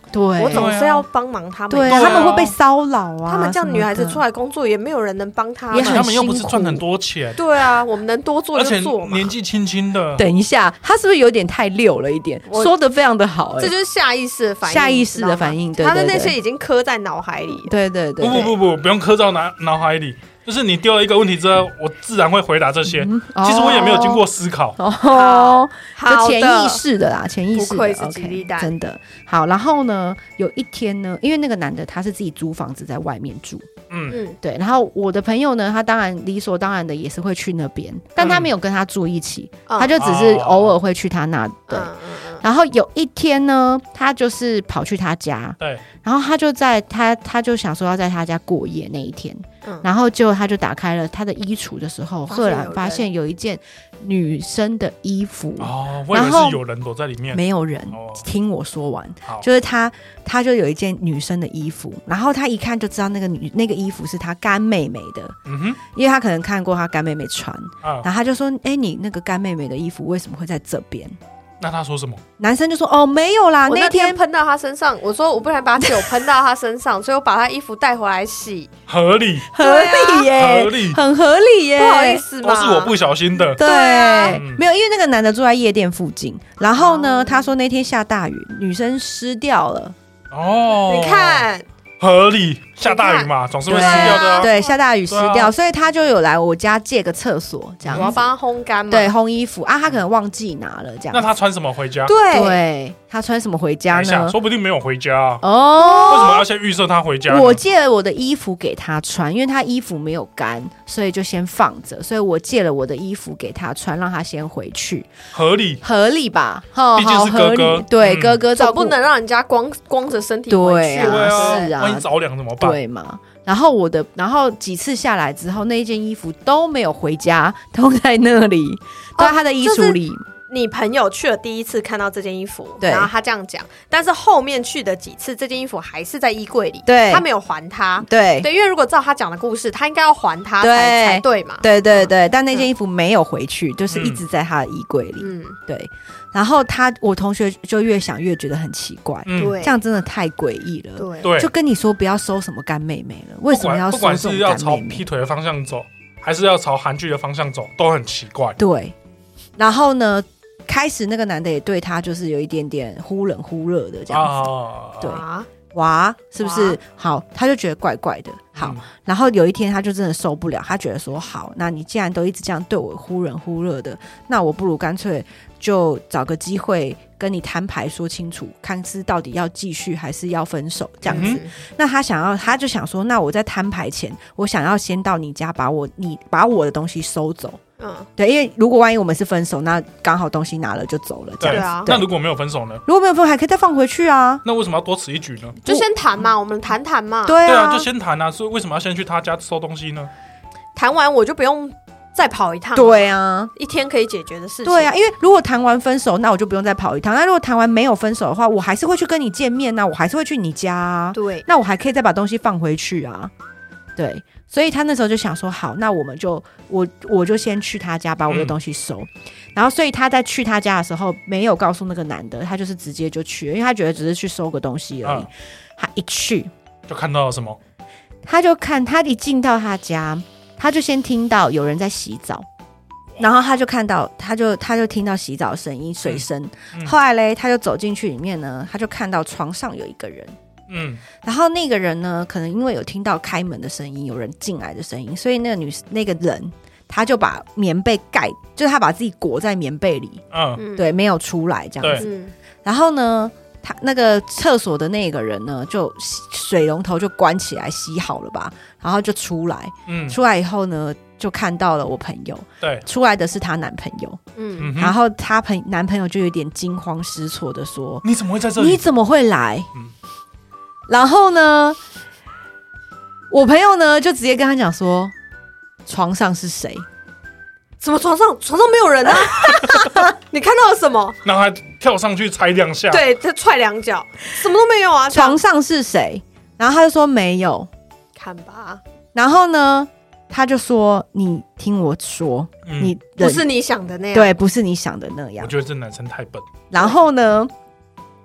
Speaker 2: 对，
Speaker 3: 我总是要帮忙他们，
Speaker 2: 对，
Speaker 1: 对啊
Speaker 2: 他们会被骚扰啊。
Speaker 3: 他们这样女孩子出来工作，也没有人能帮他们，
Speaker 2: 也很
Speaker 1: 他们又不是赚很多钱，
Speaker 3: 对啊，我们能多做就做嘛。
Speaker 1: 而且年纪轻轻的，
Speaker 2: 等一下，他是不是有点太溜了一点？说的非常的好、欸，
Speaker 3: 这就是下意识的反应，
Speaker 2: 下意识的反应，对对对，
Speaker 3: 他的那些已经刻在脑海里。
Speaker 2: 对对 对, 对，
Speaker 1: 不不不不，不用刻到脑脑海里。就是你丢了一个问题之后，我自然会回答这些。嗯哦、其实我也没有经过思考，
Speaker 2: 哦，就潜意识的啦，潜意识的。
Speaker 3: 不愧是吉利蛋，
Speaker 2: okay, 真的好。然后呢，有一天呢，因为那个男的他是自己租房子在外面住，嗯嗯，对。然后我的朋友呢，他当然理所当然的也是会去那边，但他没有跟他住一起，嗯、他就只是偶尔会去他那。对。嗯然后有一天呢，他就是跑去他家，
Speaker 1: 对，
Speaker 2: 然后他就在他他就想说要在他家过夜那一天，嗯、然后结果他就打开了他的衣橱的时候，赫然发现有一件女生的衣服，
Speaker 1: 哦，我以为是有人躲在里面，
Speaker 2: 没有人，哦、听我说完，就是他他就有一件女生的衣服，然后他一看就知道那个女那个衣服是他干妹妹的，嗯哼，因为他可能看过他干妹妹穿，嗯、然后他就说，哎，你那个干妹妹的衣服为什么会在这边？
Speaker 1: 那他说什么？
Speaker 2: 男生就说：“哦，没有啦，
Speaker 3: 我那
Speaker 2: 天
Speaker 3: 喷到他身上。我说我不想把酒喷到他身上，所以我把他衣服带回来洗，
Speaker 1: 合理，
Speaker 2: 合理耶，
Speaker 1: 合理，
Speaker 2: 很合理耶。
Speaker 3: 不好意思嘛，
Speaker 1: 都是我不小心的。
Speaker 2: 对，
Speaker 3: 啊
Speaker 2: 嗯、没有，因为那个男的住在夜店附近，然后呢，哦、他说那天下大雨，女生湿掉了。
Speaker 1: 哦，
Speaker 3: 你看。”
Speaker 1: 合理，下大雨嘛，总是会湿掉的、啊。
Speaker 2: 对，下大雨湿掉，啊、所以他就有来我家借个厕所，这样子。
Speaker 3: 我要帮他烘干嘛？
Speaker 2: 对，烘衣服啊，他可能忘记拿了，这样。
Speaker 1: 那他穿什么回家？
Speaker 2: 对，对他穿什么回家呢？
Speaker 1: 说不定没有回家、啊、
Speaker 2: 哦。
Speaker 1: 为什么要先预设他回家？
Speaker 2: 我借了我的衣服给他穿，因为他衣服没有干，所以就先放着。所以我借了我的衣服给他穿，让他先回去。
Speaker 1: 合理，
Speaker 2: 合理吧？
Speaker 1: 毕竟是哥哥，
Speaker 2: 对、嗯、哥哥照顾，
Speaker 3: 总不能让人家光光着身体回去。
Speaker 2: 对啊，是啊，
Speaker 1: 万一着凉怎么办？
Speaker 2: 对嘛？然后我的，然后几次下来之后，那一件衣服都没有回家，都在那里，都在他的衣橱里。
Speaker 3: 哦就是你朋友去了第一次看到这件衣服，然后他这样讲，但是后面去的几次，这件衣服还是在衣柜里，
Speaker 2: 对，
Speaker 3: 他没有还他，
Speaker 2: 对
Speaker 3: 对，因为如果照他讲的故事，他应该要还他才才对嘛，
Speaker 2: 对对对，但那件衣服没有回去，嗯、就是一直在他的衣柜里，嗯，对。然后他，我同学就越想越觉得很奇怪，对、嗯，这样真的太诡异了，
Speaker 3: 对，
Speaker 2: 就跟你说不要收什么干妹妹了，为什么要收这种干妹妹？
Speaker 1: 不管是要朝劈腿的方向走，还是要朝韩剧的方向走，都很奇怪，
Speaker 2: 对。然后呢？开始那个男的也对他就是有一点点忽冷忽热的这样子，啊、对，哇，是不是？好，他就觉得怪怪的。好、嗯，然后有一天他就真的受不了，他觉得说，好，那你既然都一直这样对我忽冷忽热的，那我不如干脆就找个机会跟你摊牌说清楚，看是到底要继续还是要分手这样子。嗯、那他想要，他就想说，那我在摊牌前，我想要先到你家把我你把我的东西收走。嗯，对，因为如果万一我们是分手，那刚好东西拿了就走了，这样子。
Speaker 3: 对啊。
Speaker 1: 那如果没有分手呢？
Speaker 2: 如果没有分手，还可以再放回去啊。
Speaker 1: 那为什么要多此一举呢？
Speaker 3: 就先谈嘛，我们谈谈嘛。
Speaker 2: 对啊，
Speaker 1: 对啊，就先谈啊。所以为什么要先去他家收东西呢？
Speaker 3: 谈完我就不用再跑一趟。
Speaker 2: 对啊，
Speaker 3: 一天可以解决的事情。
Speaker 2: 对啊，因为如果谈完分手，那我就不用再跑一趟。那如果谈完没有分手的话，我还是会去跟你见面啊，我还是会去你家啊。
Speaker 3: 对，
Speaker 2: 那我还可以再把东西放回去啊。对。所以他那时候就想说，好，那我们就我我就先去他家把我的东西收、嗯、然后所以他在去他家的时候没有告诉那个男的，他就是直接就去了，因为他觉得只是去收个东西而已、嗯、他一去
Speaker 1: 就看到了什么，
Speaker 2: 他就看他一进到他家，他就先听到有人在洗澡，然后他就看到他就他就听到洗澡的声音水声、嗯嗯、后来嘞他就走进去里面呢，他就看到床上有一个人，嗯，然后那个人呢，可能因为有听到开门的声音，有人进来的声音，所以那个女那个人，他就把棉被盖，就是他把自己裹在棉被里，嗯，对，没有出来这样子。然后呢，他那个厕所的那个人呢，就水龙头就关起来，洗好了吧，然后就出来，嗯，出来以后呢，就看到了我朋友，对，出来的是她男朋友，嗯，然后她朋男朋友就有点惊慌失措的说：“
Speaker 1: 你怎么会在这里？
Speaker 2: 你怎么会来？”嗯。然后呢，我朋友呢就直接跟他讲说，床上是谁？
Speaker 3: 什么床上？床上没有人啊！你看到了什么？
Speaker 1: 然后他跳上去踩两下，
Speaker 3: 对，他踹两脚，什么都没有啊！
Speaker 2: 床上是谁？然后他就说没有，
Speaker 3: 看吧。
Speaker 2: 然后呢，他就说：“你听我说，嗯、你
Speaker 3: 不是你想的那样，
Speaker 2: 对，不是你想的那样。”
Speaker 1: 我觉得这男生太笨。
Speaker 2: 然后呢？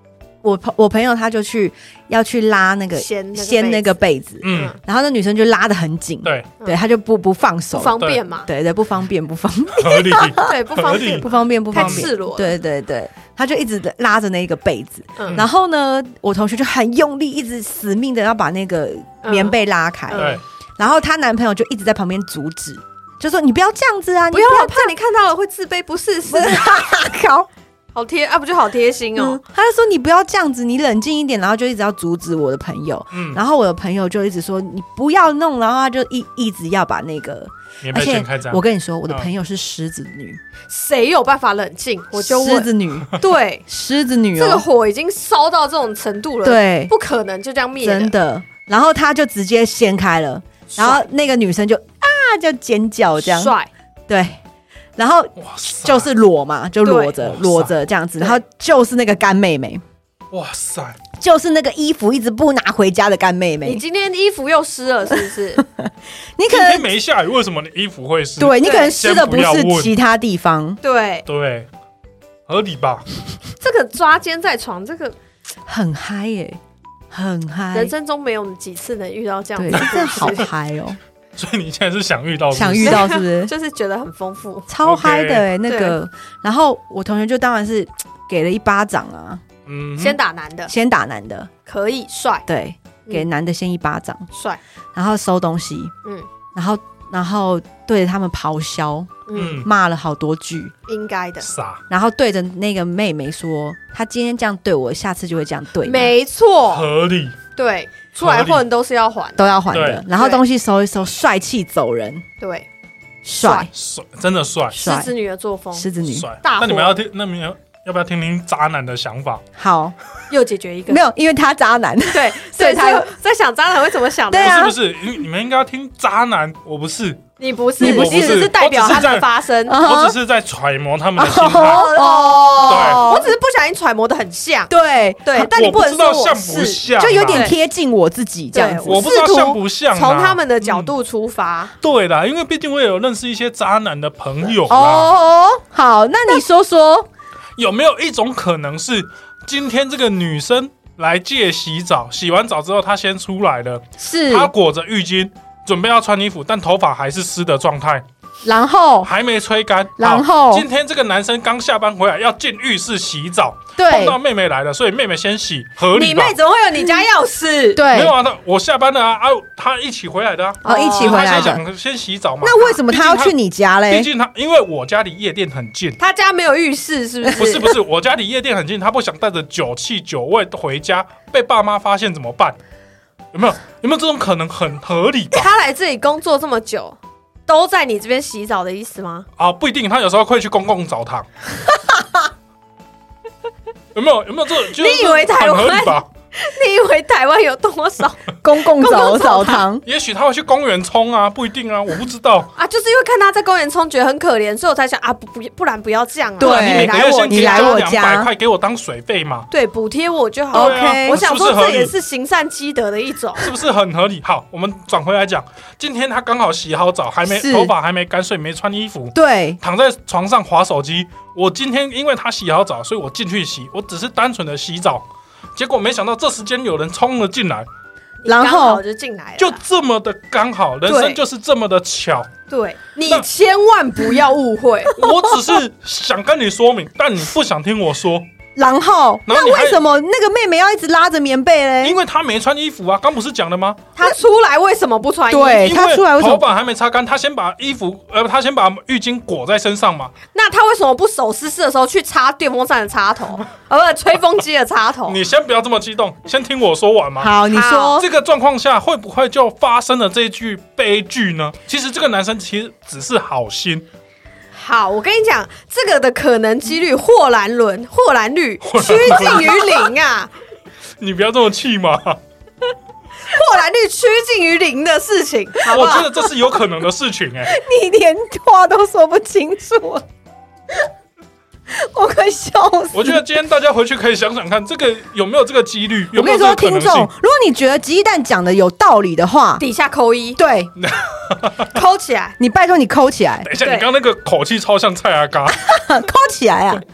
Speaker 2: 我我朋友他就去要去拉那个
Speaker 3: 掀
Speaker 2: 掀那个被子，嗯，然后那女生就拉得很紧，
Speaker 1: 对
Speaker 2: 对，他就不不放手，
Speaker 3: 不方便嘛，
Speaker 2: 对对，不方便不方便，
Speaker 1: 合理，
Speaker 3: 对，不方便
Speaker 2: 不方便不方便，
Speaker 3: 太赤裸了，
Speaker 2: 对对对，他就一直拉着那个被子，嗯、然后呢，我同学就很用力，一直死命的要把那个棉被拉开，
Speaker 1: 对、嗯，
Speaker 2: 然后她男朋友就一直在旁边阻止，就说你不要这样子啊，
Speaker 3: 不要，我怕你看到了会自卑不是是，
Speaker 2: 好。
Speaker 3: 好贴啊，不就好贴心哦、
Speaker 2: 嗯？他就说你不要这样子，你冷静一点，然后就一直要阻止我的朋友。嗯，然后我的朋友就一直说你不要弄，然后他就一一直要把那个
Speaker 1: 棉被掀开。
Speaker 2: 我跟你说，我的朋友是狮子女，
Speaker 3: 谁、嗯、有办法冷静？我就问
Speaker 2: 狮子女，
Speaker 3: 对，
Speaker 2: 狮子女、哦，
Speaker 3: 这个火已经烧到这种程度了，
Speaker 2: 对，
Speaker 3: 不可能就这样灭的，
Speaker 2: 真的。然后他就直接掀开了，然后那个女生就啊就尖叫这样，
Speaker 3: 帅，
Speaker 2: 对。然后就是裸嘛，就裸着裸着这样子，然后就是那个干妹妹，
Speaker 1: 哇塞，
Speaker 2: 就是那个衣服一直不拿回家的干妹妹。
Speaker 3: 你今天衣服又湿了是不是？
Speaker 2: 你可能
Speaker 1: 今天没下雨，为什么你衣服会湿？
Speaker 2: 对，你可能湿的不是其他地方，
Speaker 3: 对
Speaker 1: 对，合理吧？
Speaker 3: 这个抓奸在床，这个
Speaker 2: 很嗨耶、欸，很嗨，
Speaker 3: 人生中没有几次能遇到这样子，
Speaker 2: 对，真的好嗨哦。
Speaker 1: 所以你现在是想遇到是不是，
Speaker 2: 想遇到是不是？
Speaker 3: 就是觉得很丰富，
Speaker 2: 超嗨的哎、欸，那个。然后我同学就当然是给了一巴掌啊，
Speaker 3: 嗯，先打男的，
Speaker 2: 先打男的，
Speaker 3: 可以帅，
Speaker 2: 对，给男的先一巴掌，
Speaker 3: 帅、嗯，
Speaker 2: 然后收东西，嗯，然后然后对着他们咆哮，嗯，骂了好多句，
Speaker 3: 应该的，
Speaker 1: 傻，
Speaker 2: 然后对着那个妹妹说，她今天这样对我，下次就会这样对你，
Speaker 3: 没错，
Speaker 1: 合理，
Speaker 3: 对。出来混都是要还，
Speaker 2: 都要还的。然后东西收一收，帅气走人。
Speaker 3: 对，
Speaker 2: 帅
Speaker 1: 帅，真的帅。
Speaker 3: 狮子女的作风，
Speaker 2: 狮子女
Speaker 1: 帅。那你们要听，那你们要不要听听渣男的想法？
Speaker 2: 好，
Speaker 3: 又解决一个。
Speaker 2: 没有，因为他渣男。
Speaker 3: 对，所以他在想渣男会怎么想的。
Speaker 2: 对啊，
Speaker 1: 不是不是，你们应该要听渣男，我不是。
Speaker 3: 你不是，
Speaker 1: 你不是，
Speaker 3: 你只是代表他的发生。
Speaker 1: 我只是在揣摩他们的心态。
Speaker 3: 哦，对，我只是不小心揣摩的很像。
Speaker 2: 对
Speaker 3: 对，但你不能说我
Speaker 1: 像不像，
Speaker 2: 就有点贴近我自己这样子。
Speaker 1: 我不知道像不像，
Speaker 3: 从他们的角度出发。
Speaker 1: 对啦，因为毕竟我也有认识一些渣男的朋友啦。
Speaker 2: 哦，好，那你说说，
Speaker 1: 有没有一种可能是今天这个女生来借洗澡，洗完澡之后她先出来了，
Speaker 2: 是
Speaker 1: 她裹着浴巾。准备要穿衣服，但头发还是湿的状态，
Speaker 2: 然后
Speaker 1: 还没吹干。
Speaker 2: 然后
Speaker 1: 今天这个男生刚下班回来，要进浴室洗澡，
Speaker 2: 对，
Speaker 1: 碰到妹妹来了，所以妹妹先洗，合理吧？
Speaker 3: 你妹怎么会有你家钥匙？
Speaker 2: 对，
Speaker 1: 没有啊，他我下班了啊，啊，他一起回来的啊，
Speaker 2: 哦，一起回来的，
Speaker 1: 他先想先洗澡嘛。
Speaker 2: 那为什么他要去你家嘞？
Speaker 1: 毕竟他因为我家离夜店很近，
Speaker 3: 他家没有浴室，是不是？
Speaker 1: 不是不是，我家离夜店很近，他不想带着酒气酒味回家，被爸妈发现怎么办？有没有有没有这种可能？很合理吧？
Speaker 3: 他来这里工作这么久，都在你这边洗澡的意思吗？
Speaker 1: 啊，不一定，他有时候会去公共澡堂。有没有有没有这种？
Speaker 3: 你以为台湾
Speaker 1: 很合理吧？
Speaker 3: 你以为台湾有多少
Speaker 2: 公共澡澡堂？
Speaker 1: 也许他会去公园冲啊，不一定啊，我不知道
Speaker 3: 啊。就是因为看他在公园冲，觉得很可怜，所以我才想啊，不不，不然不要这样啊。
Speaker 2: 对，
Speaker 1: 你每个月先
Speaker 2: 你来我家
Speaker 1: 两百块给我当水费嘛。
Speaker 3: 对，补贴我就好。
Speaker 2: OK，
Speaker 3: 我想说这也是行善积德的一种，
Speaker 1: 是不是很合理？好，我们转回来讲，今天他刚好洗好澡，还没头发还没干碎，没穿衣服，
Speaker 2: 对，
Speaker 1: 躺在床上滑手机。我今天因为他洗好澡，所以我进去洗，我只是单纯的洗澡。结果没想到这时间有人冲了进来，
Speaker 2: 然后
Speaker 3: 就进来了，
Speaker 1: 就这么的刚好，人生就是这么的巧。
Speaker 3: 对，你千万不要误会，
Speaker 1: 我只是想跟你说明，但你不想听我说。
Speaker 2: 然后，那为什么那个妹妹要一直拉着棉被嘞？
Speaker 1: 因为她没穿衣服啊，刚不是讲了吗？
Speaker 3: 她出来为什么不穿衣服？
Speaker 2: 对，她出来为什么
Speaker 1: 头发还没擦干？她先把衣服，呃，她先把浴巾裹在身上嘛。
Speaker 3: 那她为什么不手湿湿的时候去插电风扇的插头，而不是吹风机的插头？
Speaker 1: 你先不要这么激动，先听我说完嘛。
Speaker 2: 好，你说
Speaker 1: 这个状况下会不会就发生了这一句悲剧呢？其实这个男生其实只是好心。
Speaker 3: 好，我跟你讲，这个的可能几率或然轮、或然率趋近于零啊！
Speaker 1: 你不要这么气嘛！
Speaker 3: 或然率趋近于零的事情，好不好？
Speaker 1: 我觉得这是有可能的事情哎、欸。
Speaker 2: 你连话都说不清楚，我快笑死！
Speaker 1: 我觉得今天大家回去可以想想看，这个有没有这个几率？有没有这个可能性？
Speaker 2: 我跟你说，听众，如果你觉得鸡蛋讲的有道理的话，
Speaker 3: 底下扣一，
Speaker 2: 对，
Speaker 3: 扣起来。
Speaker 2: 你拜托你扣起来。
Speaker 1: 等一下，你刚刚那个口气超像蔡阿嘎，
Speaker 2: 扣起来啊！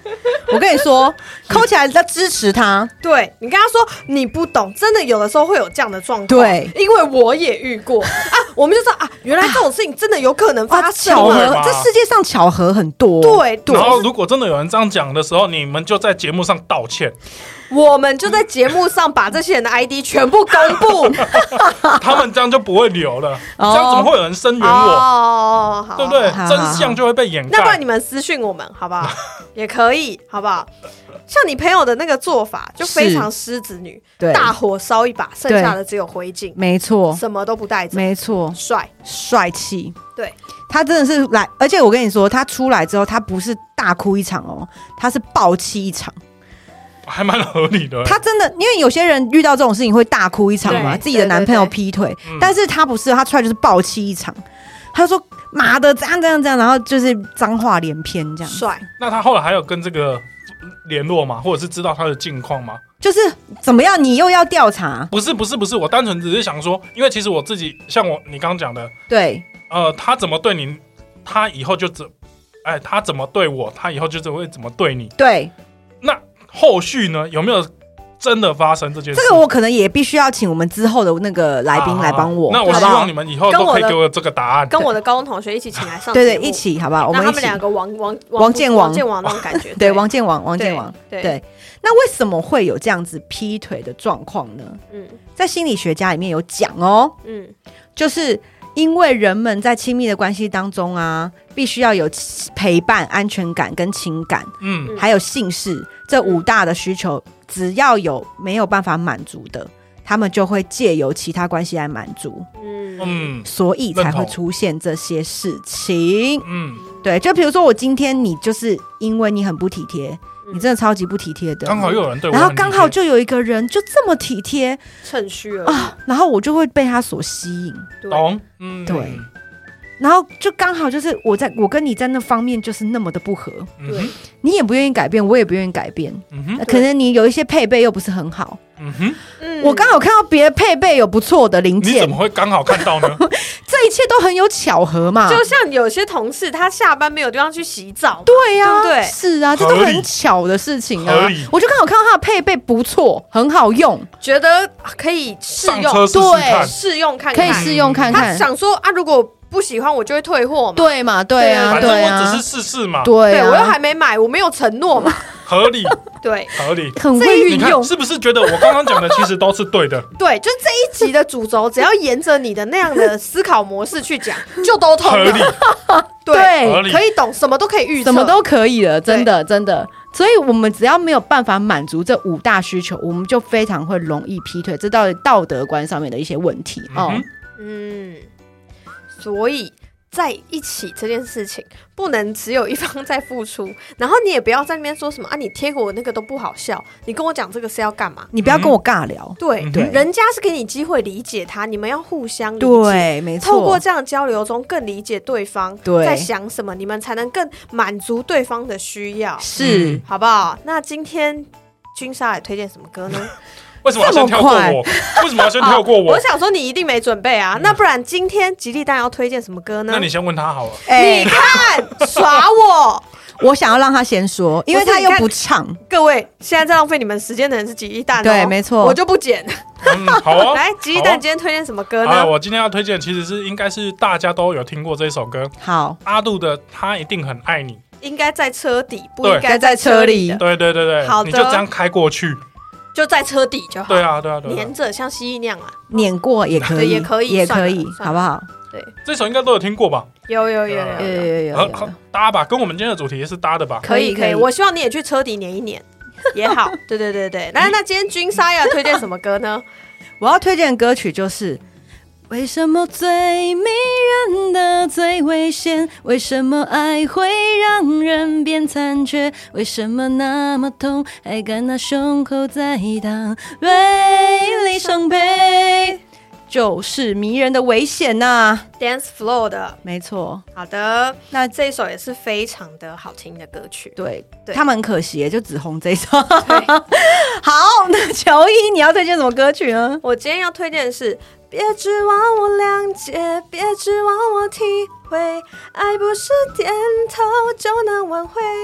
Speaker 2: 我跟你说，扣起来要支持他。
Speaker 3: 对，你跟他说你不懂，真的有的时候会有这样的状况。
Speaker 2: 对，
Speaker 3: 因为我也遇过啊，我们就说啊，原来这种事情真的有可能发生、
Speaker 2: 啊、巧合，
Speaker 1: 这
Speaker 2: 世界上巧合很多。
Speaker 3: 对对。
Speaker 1: 然后如果真的有人这样讲的时候，你们就在节目上道歉。
Speaker 3: 我们就在节目上把这些人的 I D 全部公布，
Speaker 1: 他们这样就不会留了。哦、这样怎么会有人声援我？
Speaker 3: 哦，好，
Speaker 1: 对不对？真相就会被掩盖。
Speaker 3: 那不然你们私讯我们好不好？也可以，好不好？像你朋友的那个做法，就非常狮子女，大火烧一把，剩下的只有灰烬。
Speaker 2: 没错，
Speaker 3: 什么都不带着。
Speaker 2: 没错，
Speaker 3: 帅
Speaker 2: 帅气。
Speaker 3: 对，
Speaker 2: 他真的是来，而且我跟你说，他出来之后，他不是大哭一场哦，他是爆气一场。
Speaker 1: 还蛮合理的、欸，
Speaker 2: 他真的，因为有些人遇到这种事情会大哭一场嘛，自己的男朋友劈腿，对对对，但是他不是，他出来就是爆气一场，他说妈的，这样这样这样，然后就是脏话连篇这样。
Speaker 3: 帅。
Speaker 1: 那他后来还有跟这个联络吗？或者是知道他的近况吗？
Speaker 2: 就是怎么样，你又要调查？
Speaker 1: 不是不是不是，我单纯只是想说，因为其实我自己像我你刚刚讲的，
Speaker 2: 对，
Speaker 1: 呃，他怎么对你，他以后就怎，哎，他怎么对我，他以后就会怎么对你。
Speaker 2: 对，
Speaker 1: 那。后续呢？有没有真的发生这件事？
Speaker 2: 这个我可能也必须要请我们之后的那个来宾来帮我。
Speaker 1: 啊、那我希望你们以后都可以给我这个答案。
Speaker 3: 跟我的高中同学一起请来上节目，
Speaker 2: 对对，一起好不好？我们
Speaker 3: 他们两个王王
Speaker 2: 王建王
Speaker 3: 王建王那种感觉。
Speaker 2: 对，王建王，王建王。
Speaker 3: 对。
Speaker 2: 对，那为什么会有这样子劈腿的状况呢？嗯，在心理学家里面有讲哦，嗯，就是因为人们在亲密的关系当中啊，必须要有陪伴、安全感跟情感，嗯，还有性事这五大的需求，只要有没有办法满足的，他们就会借由其他关系来满足，嗯，所以才会出现这些事情，嗯，对，就比如说我今天你就是因为你很不体贴。你真的超级不体贴的，
Speaker 1: 刚好又有人对我，
Speaker 2: 然后刚好就有一个人就这么体贴，
Speaker 3: 趁虚而
Speaker 2: 啊，然后我就会被他所吸引，
Speaker 1: 懂，嗯，
Speaker 2: 对，然后就刚好就是我在我跟你在那方面就是那么的不合，
Speaker 3: 对，
Speaker 2: 你也不愿意改变，我也不愿意改变，嗯、可能你有一些配备又不是很好，嗯哼，我刚好看到别的配备有不错的零件，
Speaker 1: 你怎么会刚好看到呢？
Speaker 2: 这一切都很有巧合嘛，
Speaker 3: 就像有些同事他下班没有地方去洗澡，
Speaker 2: 对呀、啊，
Speaker 3: 对不对？
Speaker 2: 是啊，这都很巧的事情啊。我就刚好看到他的配备不错，很好用，
Speaker 3: 觉得可以试用，
Speaker 1: 试试
Speaker 3: 对，试用看看，
Speaker 2: 可以试用看看。
Speaker 3: 他想说啊，如果不喜欢我就会退货嘛，
Speaker 2: 对嘛，对啊，
Speaker 1: 反正我只是试试嘛，
Speaker 2: 对、啊，
Speaker 3: 我又还没买，我没有承诺嘛。
Speaker 1: 合理，
Speaker 3: 对，
Speaker 1: 合理，
Speaker 2: 很会运用，
Speaker 1: 是不是觉得我刚刚讲的其实都是对的？
Speaker 3: 对，就是这一集的主轴，只要沿着你的那样的思考模式去讲，就都通了。
Speaker 1: 合理，
Speaker 3: 对，可以懂，什么都可以预测，
Speaker 2: 什么都可以了，真的，真的。所以我们只要没有办法满足这五大需求，我们就非常会容易劈腿，这到底道德观上面的一些问题哦。
Speaker 3: 嗯，所以。在一起这件事情不能只有一方在付出，然后你也不要在那边说什么啊，你贴给我那个都不好笑，你跟我讲这个是要干嘛？
Speaker 2: 你不要跟我尬聊。
Speaker 3: 对、嗯、对，人家是给你机会理解他，你们要互相理解，
Speaker 2: 对，没错。
Speaker 3: 透过这样的交流中更理解对方在想什么，你们才能更满足对方的需要，
Speaker 2: 是、嗯、
Speaker 3: 好不好？那今天君莎来推荐什么歌呢？
Speaker 1: 为什么要先跳过我？为什么要先跳过我？
Speaker 3: 我想说你一定没准备啊，嗯、那不然今天吉利蛋要推荐什么歌呢？
Speaker 1: 那你先问他好了。
Speaker 3: 欸、你看耍我，
Speaker 2: 我想要让他先说，因为他又不唱。
Speaker 3: 各位，现在在浪费你们时间的人是吉利蛋、哦，
Speaker 2: 对，没错，
Speaker 3: 我就不剪。
Speaker 1: 嗯，好啊。
Speaker 3: 来，吉利蛋今天推荐什么歌呢？
Speaker 1: 啊，我今天要推荐其实是应该是大家都有听过这首歌。
Speaker 2: 好，
Speaker 1: 阿杜的《他一定很爱你》，
Speaker 3: 应该在车底，不应该在车里。
Speaker 1: 对对对对，
Speaker 3: 好的，
Speaker 1: 你就这样开过去。
Speaker 3: 就在车底就好。
Speaker 1: 对啊，对啊，对啊，
Speaker 3: 黏着像蜥蜴那样啊，
Speaker 2: 碾过也可以，
Speaker 3: 也可以，
Speaker 2: 也可以，好不好？
Speaker 3: 对，
Speaker 1: 这首应该都有听过吧？
Speaker 3: 有有有有
Speaker 2: 有有有有，
Speaker 1: 搭吧，跟我们今天的主题是搭的吧？
Speaker 3: 可以可以，我希望你也去车底黏一黏也好。对对对对，那那今天君莎要推荐什么歌呢？
Speaker 2: 我要推荐的歌曲就是。为什么最迷人的最危险？为什么爱会让人变残缺？为什么那么痛，还敢拿胸口在当锐利伤悲？就是迷人的危险呐、啊、
Speaker 3: ，Dance Floor 的，
Speaker 2: 没错。
Speaker 3: 好的，那这一首也是非常的好听的歌曲。
Speaker 2: 对，对他们很可惜，就只红这一首。好，那乔伊，你要推荐什么歌曲呢？
Speaker 3: 我今天要推荐的是。别指望我谅解，别指望我体会，爱不是点头就能挽回，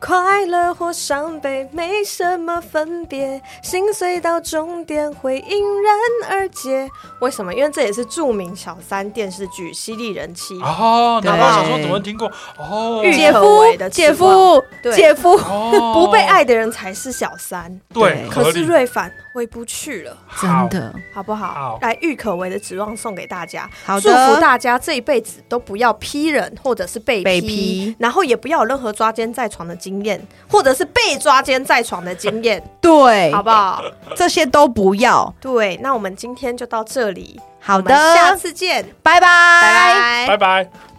Speaker 3: 快乐或伤悲没什么分别，心碎到终点会迎刃而解。为什么？因为这也是著名小三电视剧犀利人妻
Speaker 1: 哦，难怪想说怎么听过哦，
Speaker 3: 郁可唯的
Speaker 2: 姐夫姐夫、
Speaker 1: 哦、
Speaker 3: 不被爱的人才是小三，
Speaker 1: 对，
Speaker 3: 可是瑞凡回不去了，
Speaker 2: 真的
Speaker 3: 好不好？
Speaker 1: 好，
Speaker 3: 来郁可唯的指望送给大家，
Speaker 2: 好的，
Speaker 3: 祝福大家这一辈子都不要劈人或者是被 批,
Speaker 2: 被批
Speaker 3: 然后也不要有任何抓奸在床的经验，或者是被抓奸在床的经验，
Speaker 2: 对，
Speaker 3: 好不好？
Speaker 2: 这些都不要。
Speaker 3: 对，那我们今天就到这里，
Speaker 2: 好的，
Speaker 3: 我们下次见，
Speaker 2: 拜拜，
Speaker 3: 拜拜，
Speaker 1: 拜拜。